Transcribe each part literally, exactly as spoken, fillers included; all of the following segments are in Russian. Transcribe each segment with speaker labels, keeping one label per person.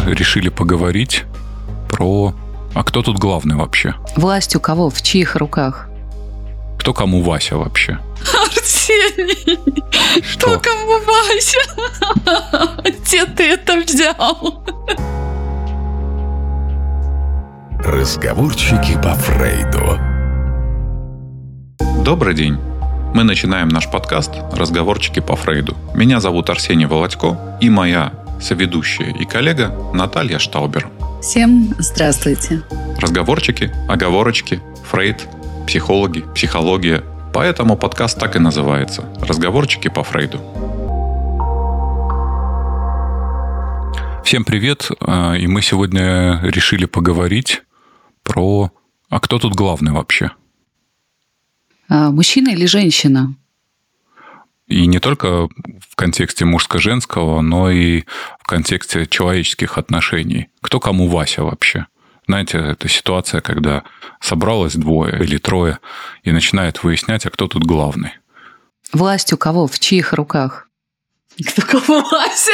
Speaker 1: решили поговорить про... А кто тут главный вообще?
Speaker 2: Власть у кого? В чьих руках?
Speaker 1: Кто кому Вася вообще?
Speaker 2: Арсений!
Speaker 1: Что?
Speaker 2: Кто кому Вася? Где ты это взял?
Speaker 3: Разговорчики по Фрейду.
Speaker 1: Добрый день. Мы начинаем наш подкаст «Разговорчики по Фрейду». Меня зовут Арсений Володько и моя соведущая и коллега Наталья Штаубер.
Speaker 2: Всем здравствуйте.
Speaker 1: Разговорчики, оговорочки, Фрейд, психологи, психология. Поэтому подкаст так и называется «Разговорчики по Фрейду». Всем привет, и мы сегодня решили поговорить про... А кто тут главный вообще?
Speaker 2: А, мужчина или женщина?
Speaker 1: И не только в контексте мужско-женского, но и в контексте человеческих отношений. Кто кому Вася вообще? Знаете, это ситуация, когда собралось двое или трое и начинает выяснять, а кто тут главный.
Speaker 2: Власть у кого? В чьих руках? Кто кому Вася?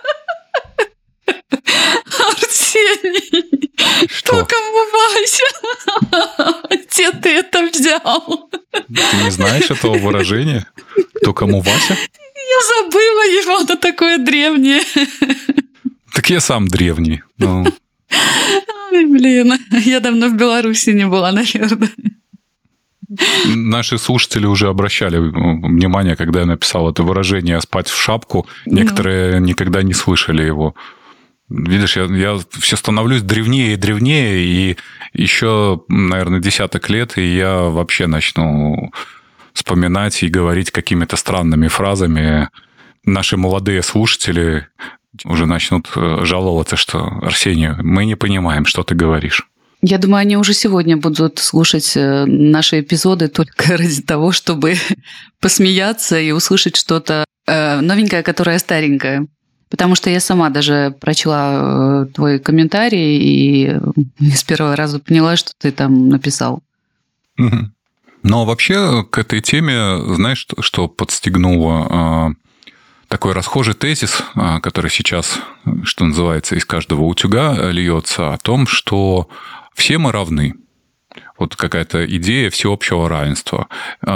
Speaker 2: Арсений!
Speaker 1: Что?
Speaker 2: Кто кому Вася? Где ты это взял?
Speaker 1: Ты не знаешь этого выражения? Кто кому Вася?
Speaker 2: Я забыла его, оно такое древнее.
Speaker 1: Так я сам древний. Ну...
Speaker 2: Ой, блин, я давно в Беларуси не была, наверное.
Speaker 1: Наши слушатели уже обращали внимание, когда я написал это выражение «спать в шапку». Некоторые ну. никогда не слышали его. Видишь, я, я все становлюсь древнее и древнее, и еще, наверное, десяток лет, и я вообще начну вспоминать и говорить какими-то странными фразами. Наши молодые слушатели уже начнут жаловаться, что «Арсений, мы не понимаем, что ты говоришь».
Speaker 2: Я думаю, они уже сегодня будут слушать наши эпизоды только ради того, чтобы посмеяться и услышать что-то новенькое, которое старенькое. Потому что я сама даже прочла твой комментарий и с первого раза поняла, что ты там написал.
Speaker 1: Угу. Но вообще к этой теме, знаешь, что подстегнуло? Такой расхожий тезис, который сейчас, что называется, из каждого утюга льется, о том, что все мы равны. Вот какая-то идея всеобщего равенства.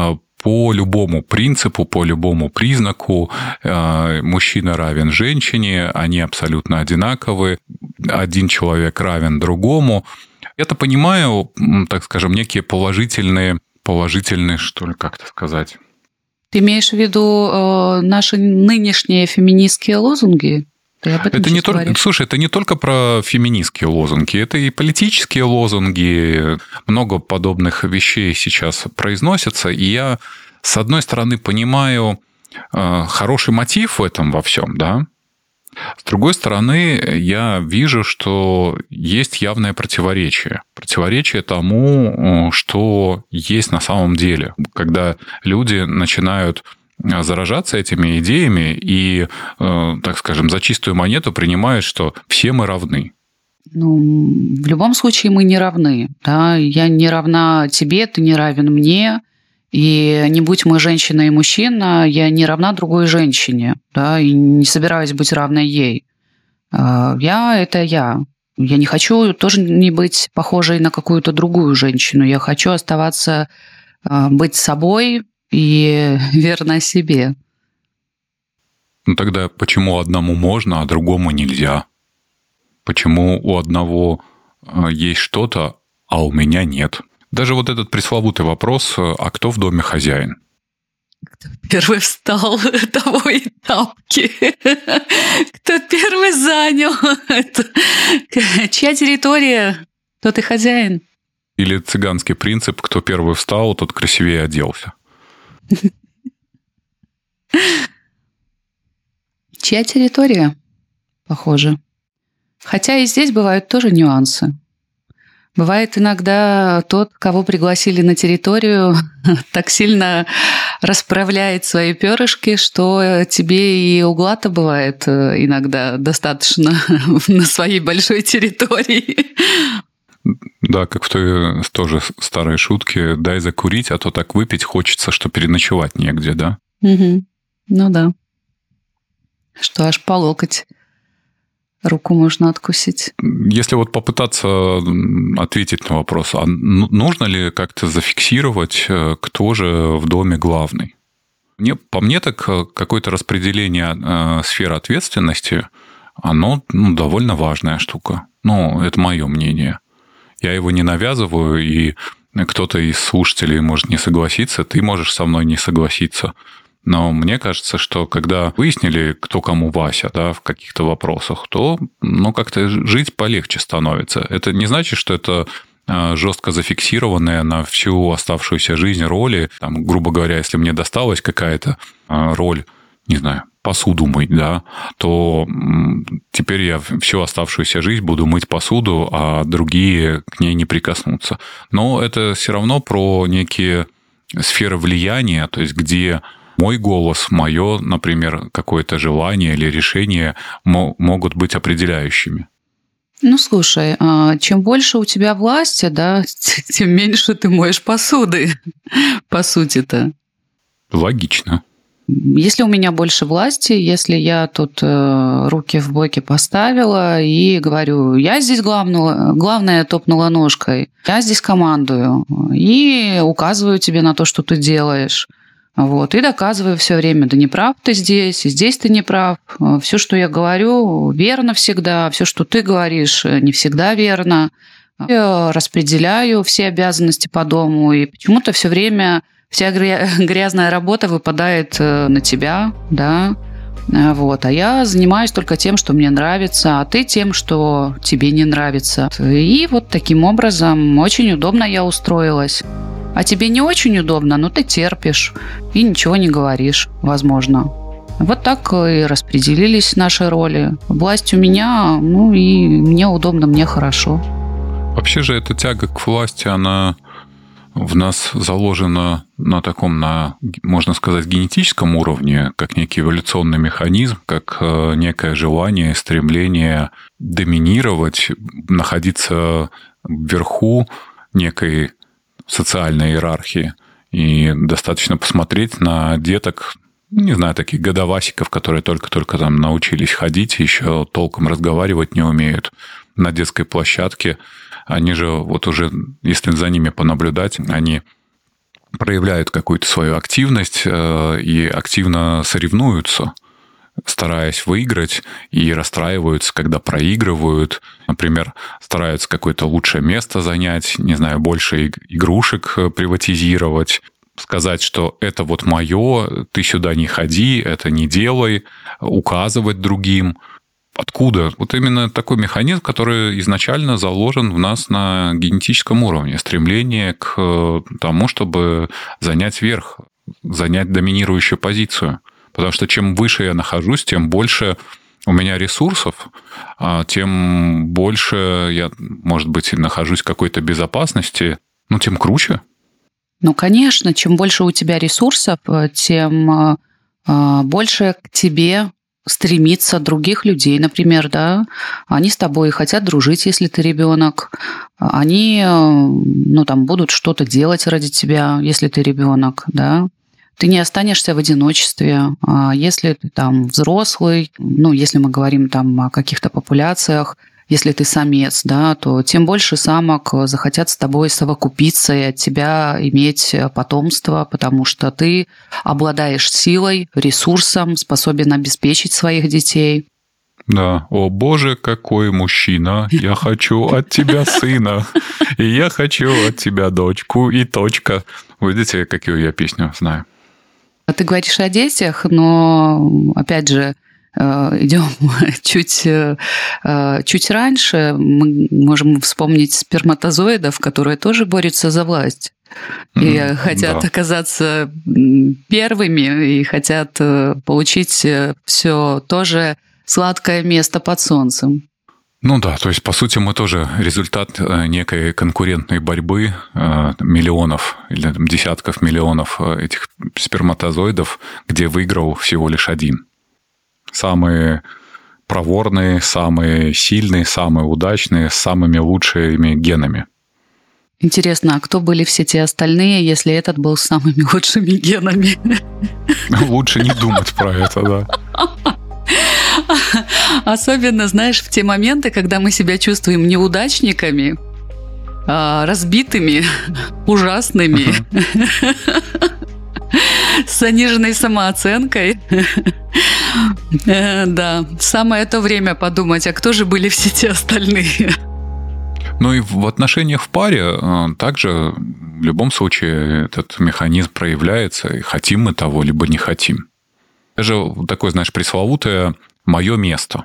Speaker 1: По любому принципу, по любому признаку мужчина равен женщине, они абсолютно одинаковы, один человек равен другому. Я-то понимаю, так скажем, некие положительные, положительные, что ли, как-то сказать.
Speaker 2: Ты имеешь в виду э, наши нынешние феминистские лозунги? Ты об этом
Speaker 1: это не только,
Speaker 2: говоришь?
Speaker 1: слушай, это не только про феминистские лозунги, это и политические лозунги. Много подобных вещей сейчас произносятся. И я, с одной стороны, понимаю э, хороший мотив в этом во всем, да. С другой стороны, я вижу, что есть явное противоречие. Противоречие тому, что есть на самом деле. Когда люди начинают заражаться этими идеями и, так скажем, за чистую монету принимают, что все мы равны.
Speaker 2: Ну, в любом случае мы не равны. Да? Я не равна тебе, ты не равен мне. И не будь мы женщина и мужчина, я не равна другой женщине, да, и не собираюсь быть равной ей. Я – это я. Я не хочу тоже не быть похожей на какую-то другую женщину. Я хочу оставаться, быть собой и верной себе.
Speaker 1: Ну тогда почему одному можно, а другому нельзя? Почему у одного есть что-то, а у меня нет? Даже вот этот пресловутый вопрос, а кто в доме хозяин?
Speaker 2: Кто первый встал, того и тапки. Кто первый занял. Чья территория, тот и хозяин.
Speaker 1: Или цыганский принцип, кто первый встал, тот красивее оделся.
Speaker 2: Чья территория? Похоже. Хотя и здесь бывают тоже нюансы. Бывает иногда тот, кого пригласили на территорию, так сильно расправляет свои перышки, что тебе и угла-то бывает иногда достаточно на своей большой территории.
Speaker 1: Да, как в той тоже старой шутке, дай закурить, а то так выпить хочется, что переночевать негде, да?
Speaker 2: Угу. Ну да. Что аж по локоть руку можно откусить.
Speaker 1: Если вот попытаться ответить на вопрос, а нужно ли как-то зафиксировать, кто же в доме главный? Мне, по мне, так какое-то распределение э, сфер ответственности, оно ну, довольно важная штука. Ну, это мое мнение. Я его не навязываю, и кто-то из слушателей может не согласиться, ты можешь со мной не согласиться. Но мне кажется, что когда выяснили, кто кому Вася, да, в каких-то вопросах, то ну, как-то жить полегче становится. Это не значит, что это жестко зафиксированные на всю оставшуюся жизнь роли. Там, грубо говоря, если мне досталась какая-то роль, не знаю, посуду мыть, да, то теперь я всю оставшуюся жизнь буду мыть посуду, а другие к ней не прикоснутся. Но это все равно про некие сферы влияния, то есть где мой голос, мое, например, какое-то желание или решение могут быть определяющими.
Speaker 2: Ну, слушай, чем больше у тебя власти, да, тем меньше ты моешь посуды, по сути-то.
Speaker 1: Логично.
Speaker 2: Если у меня больше власти, если я тут руки в боки поставила и говорю, я здесь главного, главное топнула ножкой, я здесь командую и указываю тебе на то, что ты делаешь. Вот, и доказываю все время, да не прав ты здесь, и здесь ты не прав. Все, что я говорю, верно всегда, все, что ты говоришь, не всегда верно. Я распределяю все обязанности по дому, и почему-то все время вся грязная работа выпадает на тебя, да. Вот, а я занимаюсь только тем, что мне нравится, а ты тем, что тебе не нравится. И вот таким образом очень удобно я устроилась. А тебе не очень удобно, но ты терпишь и ничего не говоришь, возможно. Вот так и распределились наши роли. Власть у меня, ну и мне удобно, мне хорошо.
Speaker 1: Вообще же эта тяга к власти, она в нас заложена на таком, на, можно сказать, генетическом уровне, как некий эволюционный механизм, как некое желание, стремление доминировать, находиться вверху некой социальной иерархии. И достаточно посмотреть на деток, не знаю, таких годовасиков, которые только-только там научились ходить, еще толком разговаривать не умеют на детской площадке. Они же вот уже, если за ними понаблюдать, они проявляют какую-то свою активность и активно соревнуются, стараясь выиграть, и расстраиваются, когда проигрывают. Например, стараются какое-то лучшее место занять, не знаю, больше игрушек приватизировать, сказать, что это вот мое, ты сюда не ходи, это не делай, указывать другим. Откуда? Вот именно такой механизм, который изначально заложен в нас на генетическом уровне. Стремление к тому, чтобы занять верх, занять доминирующую позицию. Потому что чем выше я нахожусь, тем больше у меня ресурсов, тем больше я, может быть, нахожусь в какой-то безопасности, ну, тем круче.
Speaker 2: Ну, конечно, чем больше у тебя ресурсов, тем больше к тебе стремиться других людей, например, да, они с тобой хотят дружить, если ты ребенок, они, ну, там, будут что-то делать ради тебя, если ты ребенок, да. Ты не останешься в одиночестве. Если ты там взрослый, ну, если мы говорим там о каких-то популяциях, если ты самец, да, то тем больше самок захотят с тобой совокупиться и от тебя иметь потомство, потому что ты обладаешь силой, ресурсом, способен обеспечить своих детей.
Speaker 1: Да, о боже, какой мужчина, я хочу от тебя сына, и я хочу от тебя дочку, и точка. Вы видите, какую я песню знаю?
Speaker 2: Ты говоришь о детях, но, опять же, идем чуть, чуть раньше, мы можем вспомнить сперматозоидов, которые тоже борются за власть. И mm, хотят да. оказаться первыми, и хотят получить все то же сладкое место под солнцем.
Speaker 1: Ну да, то есть, по сути, мы тоже результат некой конкурентной борьбы миллионов или десятков миллионов этих сперматозоидов, где выиграл всего лишь один. Самые проворные, самые сильные, самые удачные, с самыми лучшими генами.
Speaker 2: Интересно, а кто были все те остальные, если этот был с самыми лучшими генами?
Speaker 1: Лучше не думать про это, да.
Speaker 2: Особенно, знаешь, в те моменты, когда мы себя чувствуем неудачниками, разбитыми, ужасными, с заниженной самооценкой. Да, самое то время подумать, а кто же были все те остальные?
Speaker 1: Ну и в отношениях в паре также в любом случае этот механизм проявляется, и хотим мы того, либо не хотим. Это же такое, знаешь, пресловутое «моё место».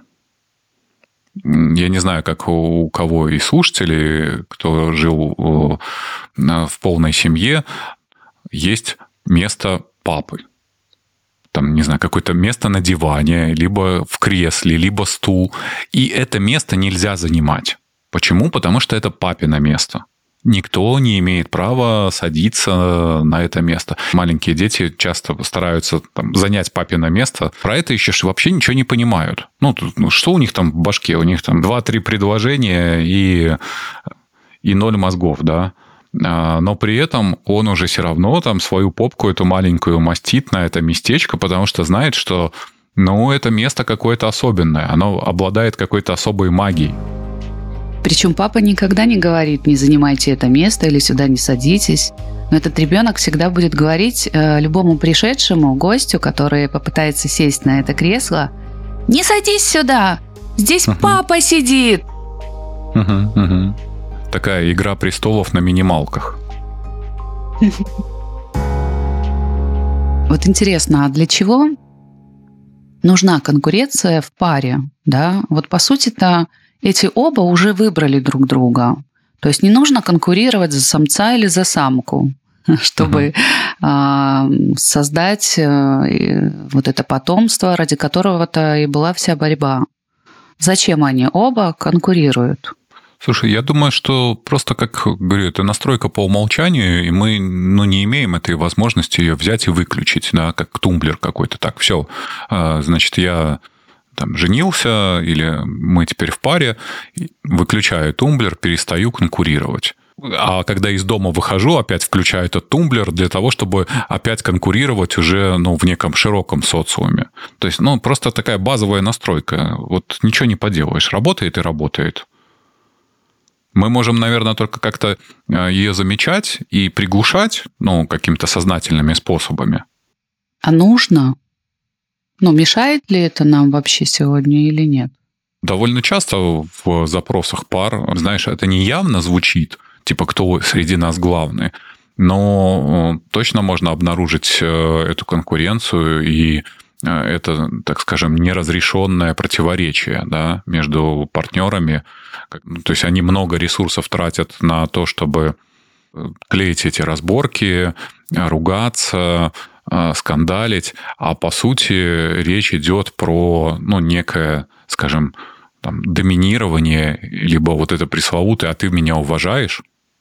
Speaker 1: Я не знаю, как у кого из слушателей, кто жил в полной семье, есть место папы. Там, не знаю, какое-то место на диване, либо в кресле, либо стул. И это место нельзя занимать. Почему? Потому что это папино место. Никто не имеет права садиться на это место. Маленькие дети часто стараются там занять папино место. Про это еще вообще ничего не понимают. Ну, ну, что у них там в башке? У них там два-три предложения и, и ноль мозгов, да? Но при этом он уже все равно там свою попку эту маленькую мастит на это местечко, потому что знает, что ну, это место какое-то особенное. Оно обладает какой-то особой магией.
Speaker 2: Причем папа никогда не говорит, не занимайте это место или сюда не садитесь. Но этот ребенок всегда будет говорить э, любому пришедшему гостю, который попытается сесть на это кресло: не садись сюда, здесь uh-huh. папа сидит.
Speaker 1: Uh-huh, uh-huh. Такая игра престолов на минималках.
Speaker 2: Вот интересно, а для чего нужна конкуренция в паре? Да? Вот по сути-то эти оба уже выбрали друг друга. То есть не нужно конкурировать за самца или за самку, чтобы uh-huh. создать вот это потомство, ради которого-то и была вся борьба. Зачем они оба конкурируют?
Speaker 1: Слушай, я думаю, что просто, как говорю, это настройка по умолчанию, и мы ну, не имеем этой возможности ее взять и выключить, да, как тумблер какой-то. Так, все, значит, я там женился, или мы теперь в паре, выключаю тумблер, перестаю конкурировать. А когда из дома выхожу, опять включаю этот тумблер для того, чтобы опять конкурировать уже ну, в неком широком социуме. То есть, ну, просто такая базовая настройка. Вот ничего не поделаешь. Работает и работает. Мы можем, наверное, только как-то ее замечать и приглушать, ну, какими-то сознательными способами.
Speaker 2: А нужно? Ну, мешает ли это нам вообще сегодня или нет?
Speaker 1: Довольно часто в запросах пар, знаешь, это не явно звучит, типа, кто среди нас главный, но точно можно обнаружить эту конкуренцию и это, так скажем, неразрешенное противоречие, да, между партнерами. То есть они много ресурсов тратят на то, чтобы клеить эти разборки, ругаться, скандалить, а по сути речь идет про ну, некое, скажем, там, доминирование, либо вот это пресловутое «а ты меня уважаешь?».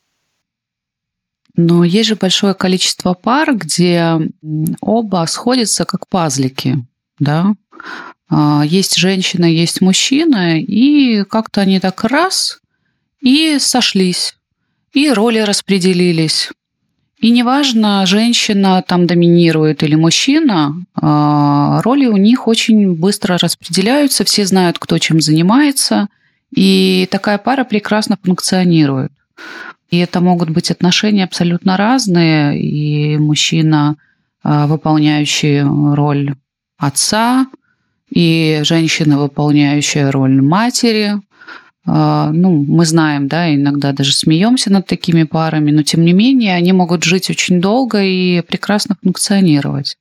Speaker 2: Но есть же большое количество пар, где оба сходятся как пазлики, да? Есть женщина, есть мужчина, и как-то они так раз и сошлись, и роли распределились. И неважно, женщина там доминирует или мужчина, роли у них очень быстро распределяются, все знают, кто чем занимается, и такая пара прекрасно функционирует. И это могут быть отношения абсолютно разные, и мужчина, выполняющий роль отца, и женщина, выполняющая роль матери. Ну, мы знаем, да, иногда даже смеемся над такими парами, но тем не менее они могут жить очень долго и прекрасно функционировать.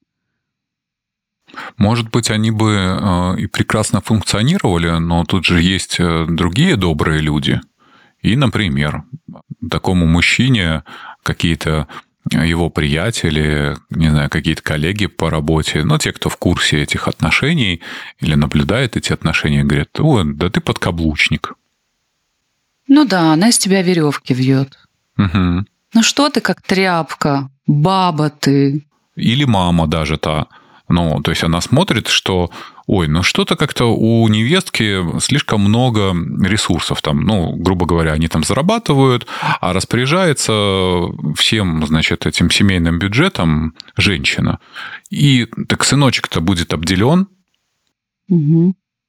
Speaker 1: Может быть, они бы и прекрасно функционировали, но тут же есть другие добрые люди. И, например, такому мужчине какие-то его приятели, не знаю, какие-то коллеги по работе, ну, те, кто в курсе этих отношений или наблюдает эти отношения, говорят: о, да ты подкаблучник.
Speaker 2: Ну да, она из тебя веревки вьет.
Speaker 1: Угу.
Speaker 2: Ну что ты как тряпка, баба ты.
Speaker 1: Или мама даже та. Ну, то есть она смотрит, что, ой, ну что-то как-то у невестки слишком много ресурсов там, ну, грубо говоря, они там зарабатывают, а распоряжается всем, значит, этим семейным бюджетом женщина. И так сыночек-то будет обделен.
Speaker 2: Угу.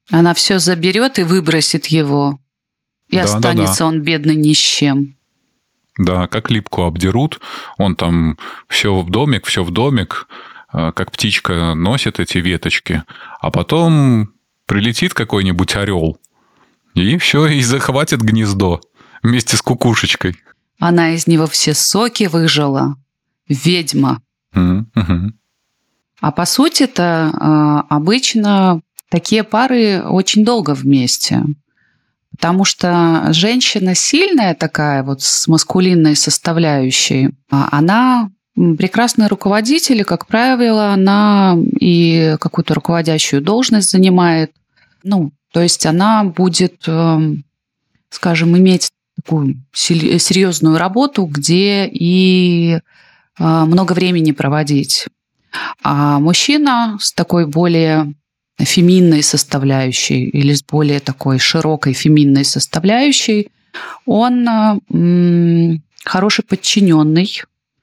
Speaker 2: Она все заберет и выбросит его. И да, останется да, да. он бедный ни с чем.
Speaker 1: Да, как липку обдерут, он там все в домик, все в домик, как птичка носит эти веточки, а потом прилетит какой-нибудь орел, и все, и захватит гнездо вместе с кукушечкой.
Speaker 2: Она из него все соки выжила. Ведьма.
Speaker 1: Mm-hmm.
Speaker 2: А по сути-то обычно такие пары очень долго вместе. Потому что женщина сильная такая, вот с маскулинной составляющей, она прекрасный руководитель, и, как правило, она и какую-то руководящую должность занимает. Ну, то есть она будет, скажем, иметь такую серьезную работу, где и много времени проводить. А мужчина с такой более феминной составляющей или с более такой широкой феминной составляющей, он м, хороший подчиненный,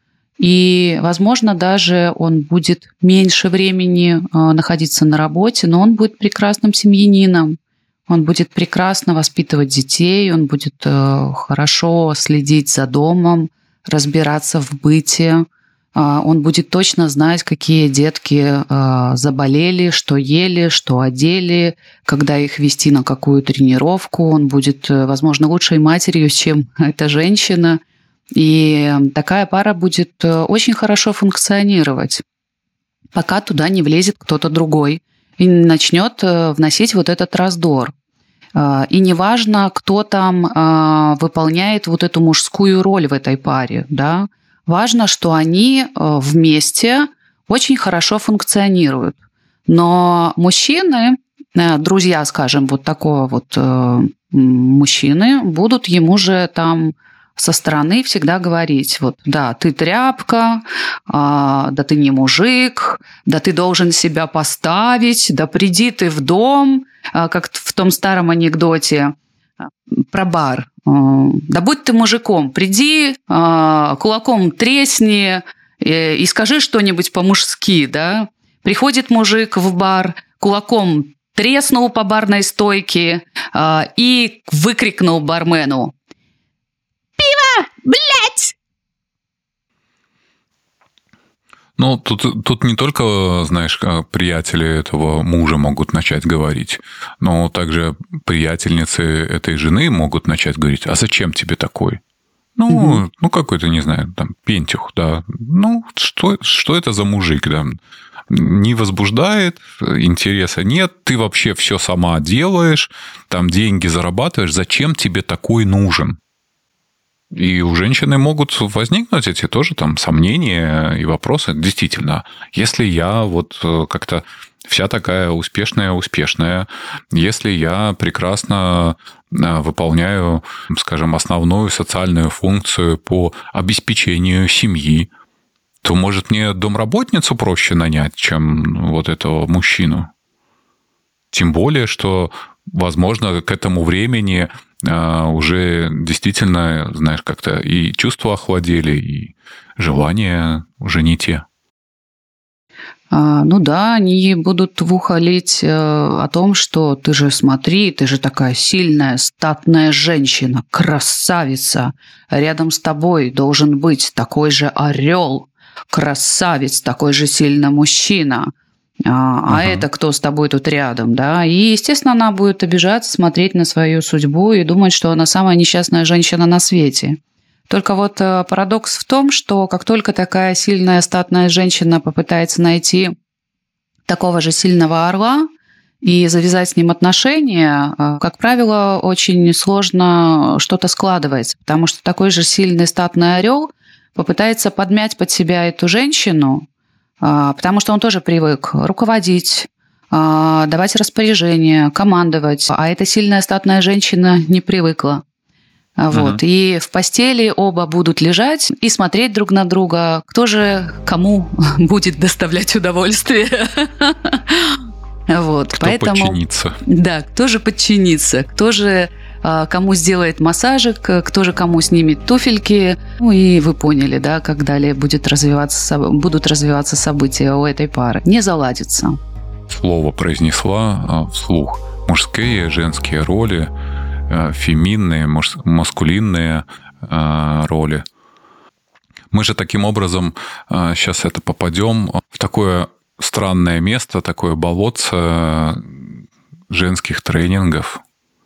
Speaker 2: и, возможно, даже он будет меньше времени э, находиться на работе, но он будет прекрасным семьянином, он будет прекрасно воспитывать детей, он будет э, хорошо следить за домом, разбираться в быте. Он будет точно знать, какие детки заболели, что ели, что одели, когда их вести на какую тренировку. Он будет, возможно, лучшей матерью, чем эта женщина. И такая пара будет очень хорошо функционировать, пока туда не влезет кто-то другой и начнет вносить вот этот раздор. И неважно, кто там выполняет вот эту мужскую роль в этой паре, да. Важно, что они вместе очень хорошо функционируют. Но мужчины, друзья, скажем, вот такого вот мужчины, будут ему же там со стороны всегда говорить, вот, да, ты тряпка, да ты не мужик, да ты должен себя поставить, да приди ты в дом, как в том старом анекдоте про бар. Да будь ты мужиком, приди, кулаком тресни и скажи что-нибудь по-мужски, да? Приходит мужик в бар, кулаком треснул по барной стойке и выкрикнул бармену: «Пиво, блядь!»
Speaker 1: Ну, тут, тут не только, знаешь, приятели этого мужа могут начать говорить, но также приятельницы этой жены могут начать говорить: а зачем тебе такой? Ну, угу. ну какой-то, не знаю, там, пентюх, да. Ну, что, что это за мужик, да? Не возбуждает, интереса нет, ты вообще все сама делаешь, там деньги зарабатываешь, зачем тебе такой нужен? И у женщины могут возникнуть эти тоже там сомнения и вопросы. Действительно, если я вот как-то вся такая успешная-успешная, если я прекрасно выполняю, скажем, основную социальную функцию по обеспечению семьи, то, может, мне домработницу проще нанять, чем вот этого мужчину? Тем более, что, возможно, к этому времени уже действительно, знаешь, как-то и чувства охладели, и желания уже не те.
Speaker 2: А, ну да, они будут в ухо лить о том, что ты же смотри, ты же такая сильная, статная женщина, красавица. Рядом с тобой должен быть такой же орел, красавец, такой же сильный мужчина. А, а uh-huh. это кто с тобой тут рядом, да? И, естественно, она будет обижаться, смотреть на свою судьбу и думать, что она самая несчастная женщина на свете. Только вот парадокс в том, что как только такая сильная статная женщина попытается найти такого же сильного орла и завязать с ним отношения, как правило, очень сложно что-то складывается, потому что такой же сильный статный орел попытается подмять под себя эту женщину, потому что он тоже привык руководить, давать распоряжения, командовать. А эта сильная статная женщина не привыкла. Вот. Uh-huh. И в постели оба будут лежать и смотреть друг на друга, кто же кому будет доставлять удовольствие. Вот.
Speaker 1: Кто
Speaker 2: Поэтому,
Speaker 1: подчинится.
Speaker 2: Да, кто же подчинится, кто же кому сделает массажик, кто же кому снимет туфельки. Ну и вы поняли, да, как далее будет развиваться, будут развиваться события у этой пары. Не заладится.
Speaker 1: Слово произнесла вслух. мужские, женские роли, феминные, маскулинные роли. Мы же таким образом сейчас это попадем в такое странное место, такое болотце женских тренингов,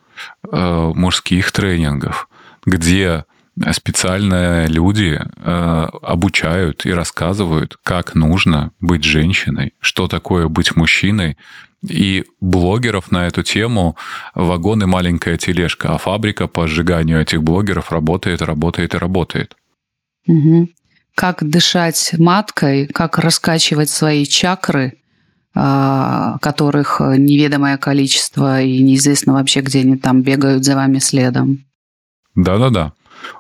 Speaker 1: мужских тренингов, где специально люди обучают и рассказывают, как нужно быть женщиной, что такое быть мужчиной. И блогеров на эту тему вагон и маленькая тележка, а фабрика по сжиганию этих блогеров работает, работает и работает.
Speaker 2: Угу. Как дышать маткой, как раскачивать свои чакры, которых неведомое количество, и неизвестно вообще, где они там бегают за вами следом.
Speaker 1: Да-да-да.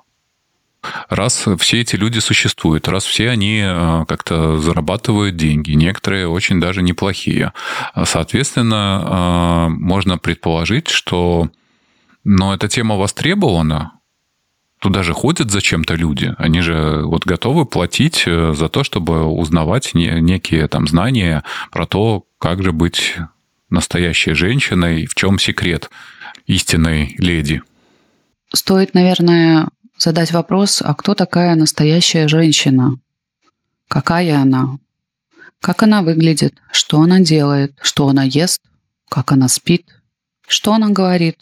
Speaker 1: Раз все эти люди существуют, раз все они как-то зарабатывают деньги, некоторые очень даже неплохие, соответственно, можно предположить, что но эта тема востребована, туда же ходят зачем-то люди, они же вот готовы платить за то, чтобы узнавать некие там знания про то, как же быть настоящей женщиной, в чем секрет истинной леди.
Speaker 2: Стоит, наверное, задать вопрос, а кто такая настоящая женщина? Какая она? Как она выглядит? Что она делает? Что она ест? Как она спит? Что она говорит?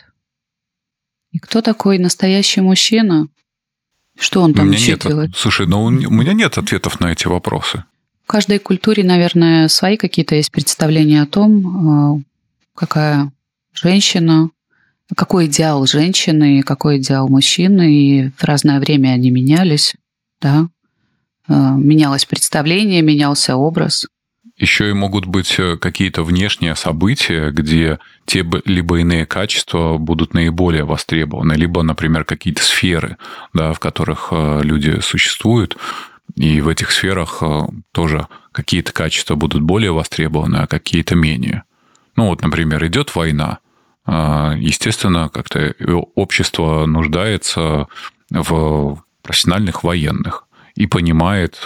Speaker 2: И кто такой настоящий мужчина? Что он там еще
Speaker 1: нет,
Speaker 2: делает?
Speaker 1: Слушай, ну у меня нет ответов на эти вопросы.
Speaker 2: В каждой культуре, наверное, свои какие-то есть представления о том, какая женщина, какой идеал женщины и какой идеал мужчины, и в разное время они менялись, да. Менялось представление, менялся образ.
Speaker 1: Еще и могут быть какие-то внешние события, где те либо иные качества будут наиболее востребованы, либо, например, какие-то сферы, да, в которых люди существуют, и в этих сферах тоже какие-то качества будут более востребованы, а какие-то менее. Ну вот, например, идет война, естественно, как-то общество нуждается в профессиональных военных и понимает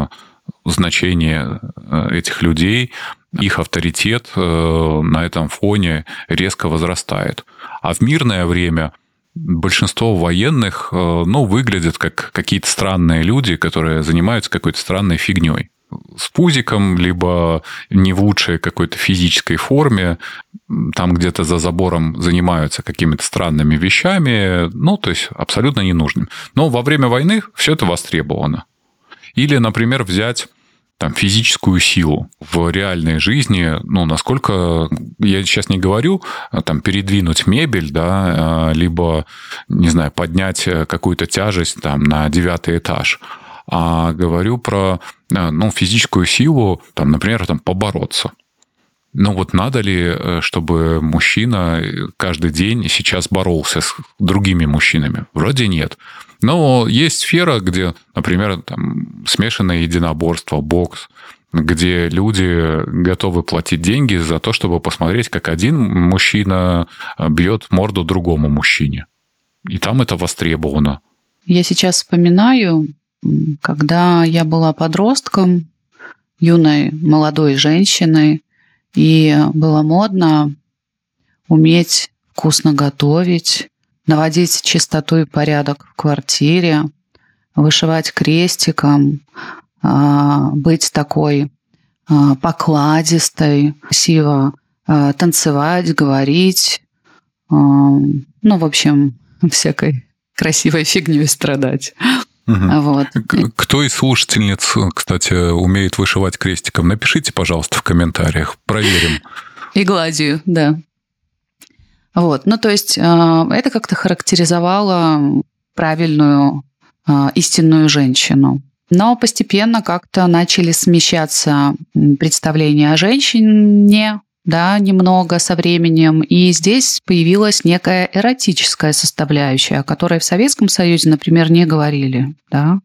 Speaker 1: значение этих людей, их авторитет на этом фоне резко возрастает. А в мирное время большинство военных, ну, выглядят как какие-то странные люди, которые занимаются какой-то странной фигней. С пузиком, либо не в лучшей какой-то физической форме, там где-то за забором занимаются какими-то странными вещами, ну, то есть абсолютно ненужным. Но во время войны все это востребовано. Или, например, взять там, физическую силу в реальной жизни, ну, насколько, я сейчас не говорю, там, передвинуть мебель, да, либо, не знаю, поднять какую-то тяжесть там, на девятый этаж, а говорю про, ну, физическую силу, там, например, там, побороться. Ну, вот надо ли, чтобы мужчина каждый день сейчас боролся с другими мужчинами? Вроде нет. Но есть сфера, где, например, там, смешанное единоборство, бокс, где люди готовы платить деньги за то, чтобы посмотреть, как один мужчина бьет морду другому мужчине. И там это востребовано.
Speaker 2: Я сейчас вспоминаю, когда я была подростком, юной молодой женщиной, и было модно уметь вкусно готовить, наводить чистоту и порядок в квартире, вышивать крестиком, быть такой покладистой, красиво танцевать, говорить, ну, в общем, всякой красивой фигней страдать.
Speaker 1: Угу.
Speaker 2: Вот.
Speaker 1: Кто из слушательниц, кстати, умеет вышивать крестиком? Напишите, пожалуйста, в комментариях. Проверим.
Speaker 2: И гладью, да. Вот. Ну, то есть это как-то характеризовало правильную, истинную женщину. Но постепенно как-то начали смещаться представления о женщине, да, немного со временем. И здесь появилась некая эротическая составляющая, о которой в Советском Союзе, например, не говорили. Да?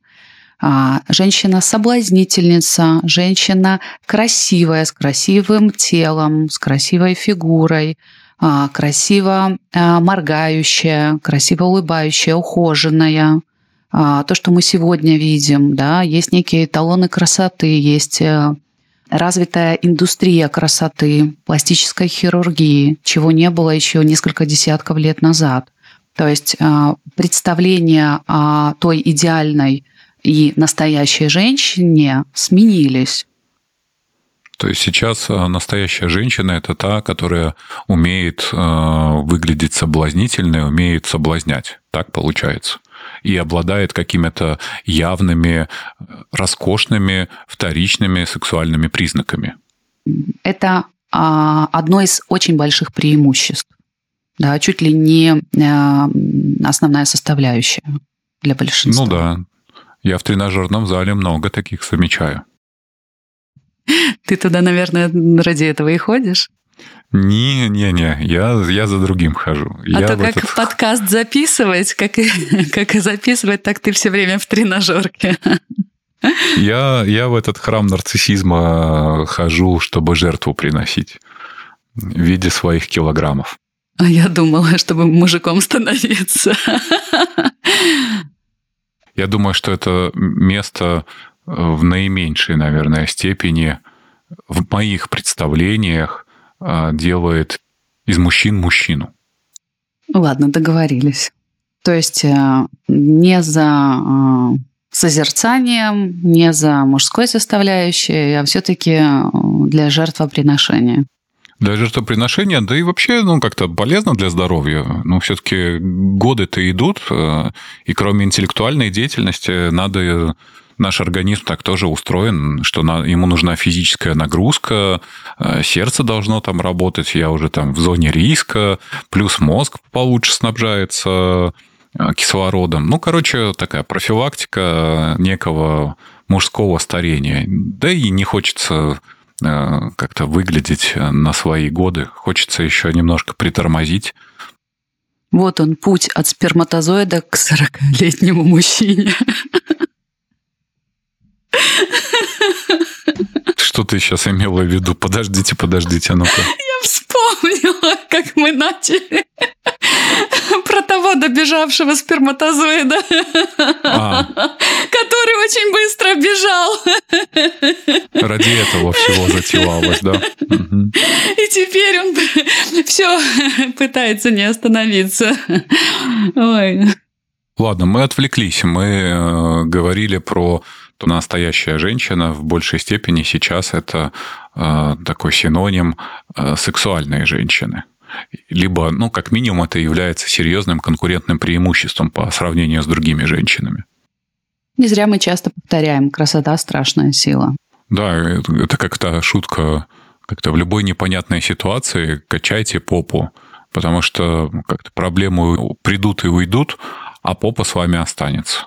Speaker 2: Женщина-соблазнительница, женщина красивая, с красивым телом, с красивой фигурой, красиво моргающая, красиво улыбающая, ухоженная. То, что мы сегодня видим, да, есть некие эталоны красоты, есть развитая индустрия красоты, пластической хирургии, чего не было еще несколько десятков лет назад. То есть представления о той идеальной и настоящей женщине сменились.
Speaker 1: То есть сейчас настоящая женщина – это та, которая умеет выглядеть соблазнительной, умеет соблазнять. Так получается. И обладает какими-то явными, роскошными, вторичными сексуальными признаками.
Speaker 2: Это одно из очень больших преимуществ. Да, чуть ли не основная составляющая для большинства.
Speaker 1: Ну да. Я в тренажерном зале много таких замечаю.
Speaker 2: Ты туда, наверное, ради этого и ходишь?
Speaker 1: Не-не-не, я, я за другим хожу.
Speaker 2: А
Speaker 1: я
Speaker 2: то как
Speaker 1: этот...
Speaker 2: подкаст записывать, как, как и записывать, так ты все время в тренажерке.
Speaker 1: Я, я в этот храм нарциссизма хожу, чтобы жертву приносить в виде своих килограммов.
Speaker 2: А я думала, чтобы мужиком становиться.
Speaker 1: Я думаю, что это место в наименьшей, наверное, степени в моих представлениях делает из мужчин мужчину.
Speaker 2: Ладно, договорились. То есть не за созерцанием, не за мужской составляющей, а все-таки для жертвоприношения.
Speaker 1: Для жертвоприношения, да и вообще, ну, как-то полезно для здоровья. Ну, все-таки годы-то идут, и кроме интеллектуальной деятельности надо... Наш организм так тоже устроен, что ему нужна физическая нагрузка, сердце должно там работать, я уже там в зоне риска, плюс мозг получше снабжается кислородом. Ну, короче, такая профилактика некого мужского старения. Да и не хочется как-то выглядеть на свои годы, хочется еще немножко притормозить.
Speaker 2: Вот он, путь от сперматозоида к сорокалетнему мужчине.
Speaker 1: Что ты сейчас имела в виду? Подождите, подождите, а ну-ка.
Speaker 2: Я вспомнила, как мы начали про того добежавшего сперматозоида, а. который очень быстро бежал.
Speaker 1: Ради этого всего затевалось, да? Угу.
Speaker 2: И теперь он все пытается не остановиться. Ой.
Speaker 1: Ладно, мы отвлеклись. Мы говорили про... то настоящая женщина в большей степени сейчас это э, такой синоним э, сексуальной женщины. Либо, ну, как минимум, это является серьезным конкурентным преимуществом по сравнению с другими женщинами.
Speaker 2: Не зря мы часто повторяем: красота – страшная сила.
Speaker 1: Да, это как-то шутка, как-то в любой непонятной ситуации качайте попу, потому что как-то проблемы придут и уйдут, а попа с вами останется.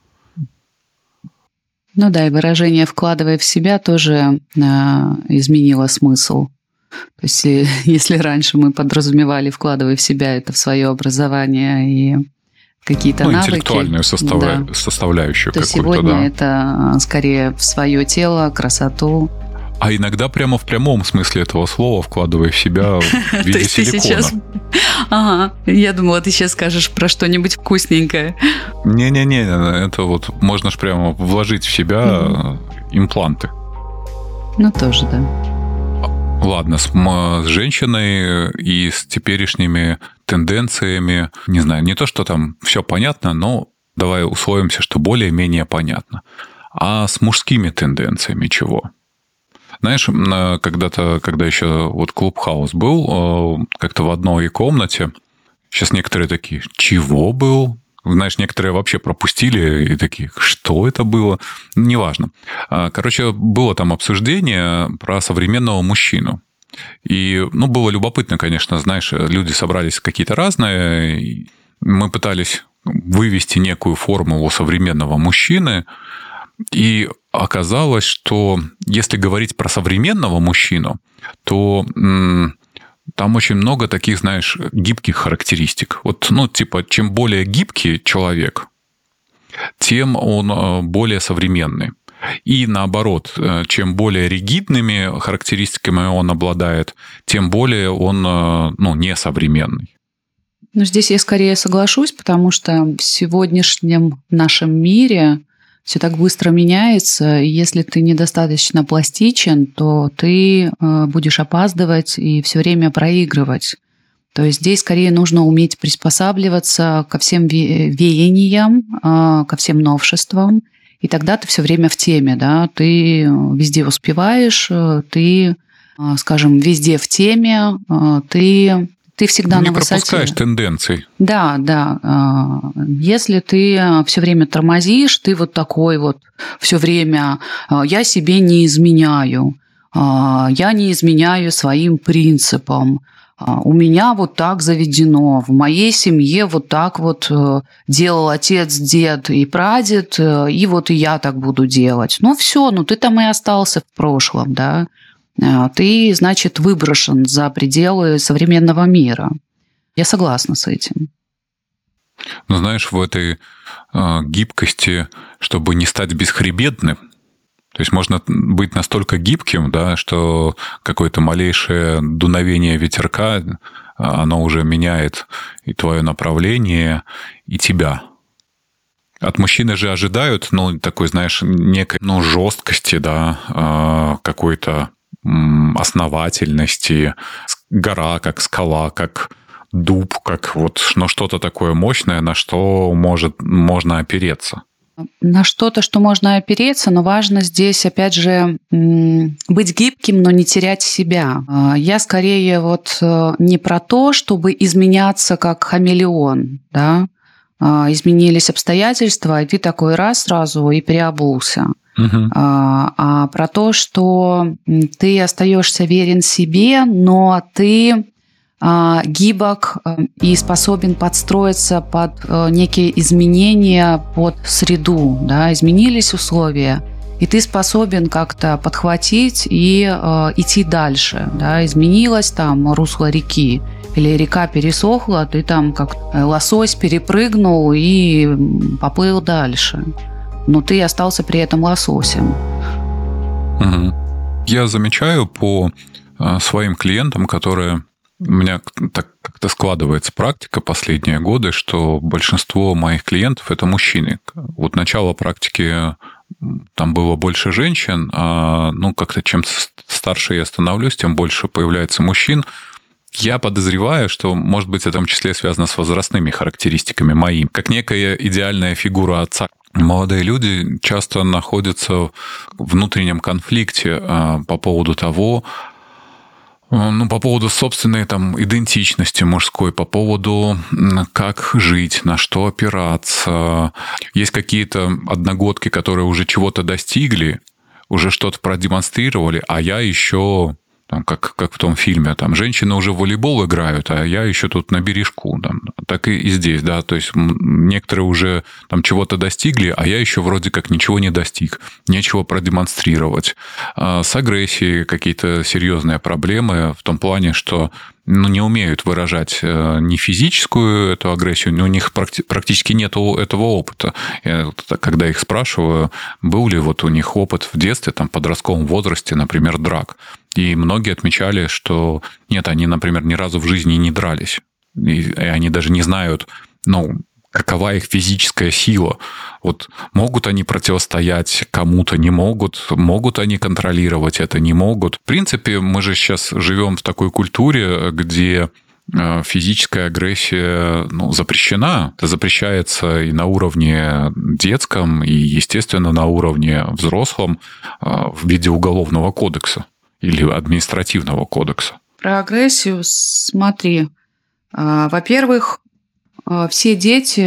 Speaker 2: Ну да, и выражение «вкладывая в себя» тоже э, изменило смысл. То есть если раньше мы подразумевали «вкладывая в себя» это в свое образование и какие-то
Speaker 1: ну,
Speaker 2: навыки.
Speaker 1: Интеллектуальную составля...
Speaker 2: да.
Speaker 1: составляющую
Speaker 2: то
Speaker 1: какую-то,
Speaker 2: сегодня
Speaker 1: да.
Speaker 2: это скорее в свое тело, красоту.
Speaker 1: А иногда прямо в прямом смысле этого слова вкладывая в себя в виде силикона. Сейчас...
Speaker 2: Ага, я думала, ты сейчас скажешь про что-нибудь вкусненькое.
Speaker 1: Не-не-не, это вот можно ж прямо вложить в себя mm-hmm. импланты.
Speaker 2: Ну, тоже, да.
Speaker 1: Ладно, с, с женщиной и с теперешними тенденциями, не знаю, не то, что там все понятно, но давай условимся, что более-менее понятно. А с мужскими тенденциями чего? Знаешь, когда-то, когда еще вот Клубхаус был, как-то в одной комнате, сейчас некоторые такие, чего был? Знаешь, некоторые вообще пропустили и такие, что это было? Неважно. Короче, было там обсуждение про современного мужчину. И, ну, было любопытно, конечно, знаешь, люди собрались какие-то разные, мы пытались вывести некую формулу современного мужчины, и оказалось, что если говорить про современного мужчину, то м, там очень много таких, знаешь, гибких характеристик. Вот, ну, типа, чем более гибкий человек, тем он более современный. И наоборот, чем более ригидными характеристиками он обладает, тем более он, ну, несовременный.
Speaker 2: Ну, здесь я скорее соглашусь, потому что в сегодняшнем нашем мире все так быстро меняется, и если ты недостаточно пластичен, то ты будешь опаздывать и все время проигрывать. То есть здесь скорее нужно уметь приспосабливаться ко всем веяниям, ко всем новшествам, и тогда ты все время в теме, да, ты везде успеваешь, ты, скажем, везде в теме, ты, ты всегда
Speaker 1: не
Speaker 2: на высоте.
Speaker 1: Не пропускаешь тенденций.
Speaker 2: Да, да. Если ты все время тормозишь, ты вот такой вот все время «я себе не изменяю», «я не изменяю своим принципам», «у меня вот так заведено», «в моей семье вот так вот делал отец, дед и прадед, и вот и я так буду делать». Ну все, ну ты там и остался в прошлом, да. Ты, значит, выброшен за пределы современного мира. Я согласна с этим.
Speaker 1: Ну, знаешь, в этой э, гибкости, чтобы не стать бесхребетным, то есть можно быть настолько гибким, да, что какое-то малейшее дуновение ветерка, оно уже меняет и твое направление, и тебя. От мужчины же ожидают, ну, такой, знаешь, некой, ну, жесткости, да, э, какой-то основательности, гора как скала, как дуб, как вот, ну, что-то такое мощное, на что может, можно опереться.
Speaker 2: На что-то, что можно опереться, но важно здесь, опять же, быть гибким, но не терять себя. Я скорее вот не про то, чтобы изменяться как хамелеон, да, изменились обстоятельства, и ты такой раз сразу и переобулся. Uh-huh. А, а про то, что ты остаешься верен себе, но ты а, гибок и способен подстроиться под а, некие изменения под среду, да, изменились условия, и ты способен как-то подхватить и а, идти дальше, да, изменилось там русло реки, или река пересохла, ты там как лосось перепрыгнул и поплыл дальше. Но ты остался при этом лососем.
Speaker 1: Угу. Я замечаю по своим клиентам, которые... У меня так как-то складывается практика последние годы, что большинство моих клиентов – это мужчины. Вот начало практики там было больше женщин, а ну, как-то чем старше я становлюсь, тем больше появляется мужчин. Я подозреваю, что, может быть, это в том числе связано с возрастными характеристиками моими, как некая идеальная фигура отца. Молодые люди часто находятся в внутреннем конфликте по поводу того, ну, по поводу собственной там идентичности мужской, по поводу как жить, на что опираться. Есть какие-то одногодки, которые уже чего-то достигли, уже что-то продемонстрировали, а я еще... Там, как, как в том фильме, там женщины уже в волейбол играют, а я еще тут на бережку. Там, так и, и здесь, да. То есть некоторые уже там чего-то достигли, а я еще вроде как ничего не достиг, нечего продемонстрировать. С агрессией какие-то серьезные проблемы в том плане, что ну, не умеют выражать не физическую эту агрессию, но у них практически нет этого опыта. Я, когда их спрашиваю, был ли вот у них опыт в детстве, там, в подростковом возрасте, например, драк. И многие отмечали, что нет, они, например, ни разу в жизни не дрались. И они даже не знают, ну, какова их физическая сила. Вот могут они противостоять кому-то, не могут, могут они контролировать это, не могут. В принципе, мы же сейчас живем в такой культуре, где физическая агрессия ну, запрещена. Это запрещается и на уровне детском, и, естественно, на уровне взрослом в виде уголовного кодекса или административного кодекса.
Speaker 2: Про агрессию смотри. Во-первых, все дети,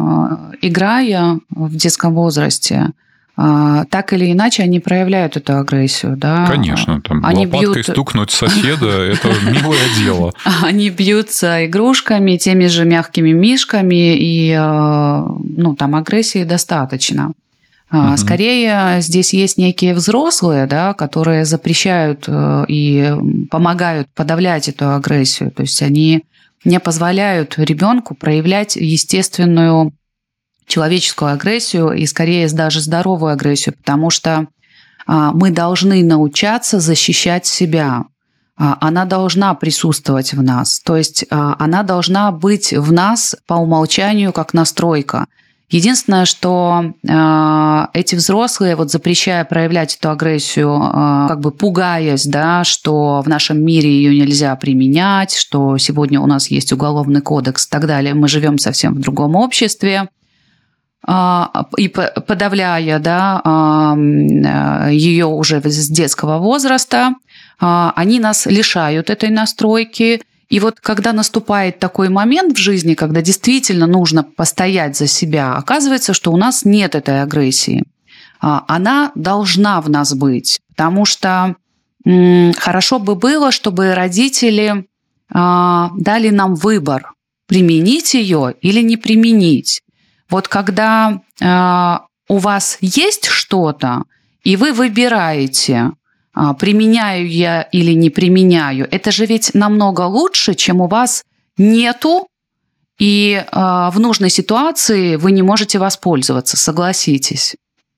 Speaker 2: играя в детском возрасте, так или иначе они проявляют эту агрессию. Да?
Speaker 1: Конечно, там они лопаткой бьют... стукнуть соседа – это милое дело.
Speaker 2: Они бьются игрушками, теми же мягкими мишками, и ну, там агрессии достаточно. Uh-huh. Скорее, здесь есть некие взрослые, да, которые запрещают и помогают подавлять эту агрессию. То есть они не позволяют ребенку проявлять естественную человеческую агрессию и, скорее, даже здоровую агрессию, потому что мы должны научаться защищать себя. Она должна присутствовать в нас. То есть она должна быть в нас по умолчанию как настройка. Единственное, что э, эти взрослые, вот запрещая проявлять эту агрессию, э, как бы пугаясь, да, что в нашем мире ее нельзя применять, что сегодня у нас есть уголовный кодекс и так далее, мы живем совсем в другом обществе, э, и подавляя, да, э, ее уже с детского возраста, э, они нас лишают этой настройки. И вот когда наступает такой момент в жизни, когда действительно нужно постоять за себя, оказывается, что у нас нет этой агрессии. Она должна в нас быть, потому что хорошо бы было, чтобы родители дали нам выбор, применить ее или не применить. Вот когда у вас есть что-то, и вы выбираете, применяю я или не применяю, это же ведь намного лучше, чем у вас нету, и э, в нужной ситуации вы не можете воспользоваться, согласитесь.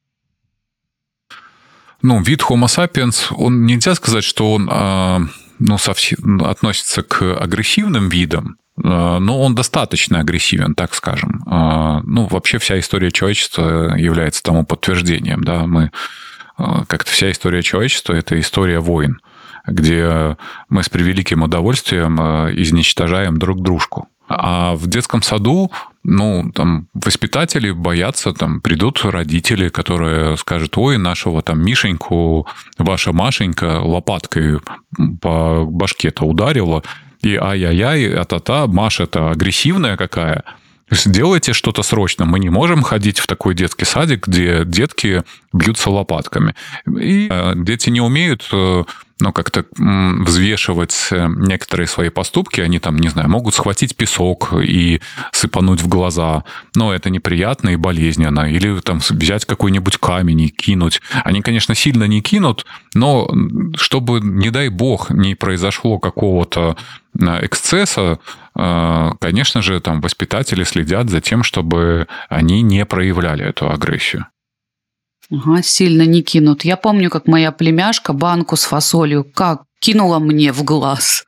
Speaker 1: Ну, вид Homo sapiens, он нельзя сказать, что он э, ну, совсем относится к агрессивным видам, э, но он достаточно агрессивен, так скажем. Э, ну, вообще вся история человечества является тому подтверждением, да, мы как-то вся история человечества – это история войн, где мы с превеликим удовольствием изничтожаем друг дружку. А в детском саду, ну, там, воспитатели боятся, там, придут родители, которые скажут: ой, нашего там Мишеньку ваша Машенька лопаткой по башке-то ударила, и ай-яй-яй, а-та-та, Маша-то агрессивная какая. То есть делайте что-то срочно. Мы не можем ходить в такой детский садик, где детки бьются лопатками. И дети не умеют, ну, как-то взвешивать некоторые свои поступки. Они там, не знаю, могут схватить песок и сыпануть в глаза. Но это неприятно и болезненно. Или там взять какой-нибудь камень и кинуть. Они, конечно, сильно не кинут, но чтобы, не дай бог, не произошло какого-то эксцесса, конечно же, там воспитатели следят за тем, чтобы они не проявляли эту агрессию.
Speaker 2: Ага, сильно не кинут. Я помню, как моя племяшка банку с фасолью как кинула мне в глаз.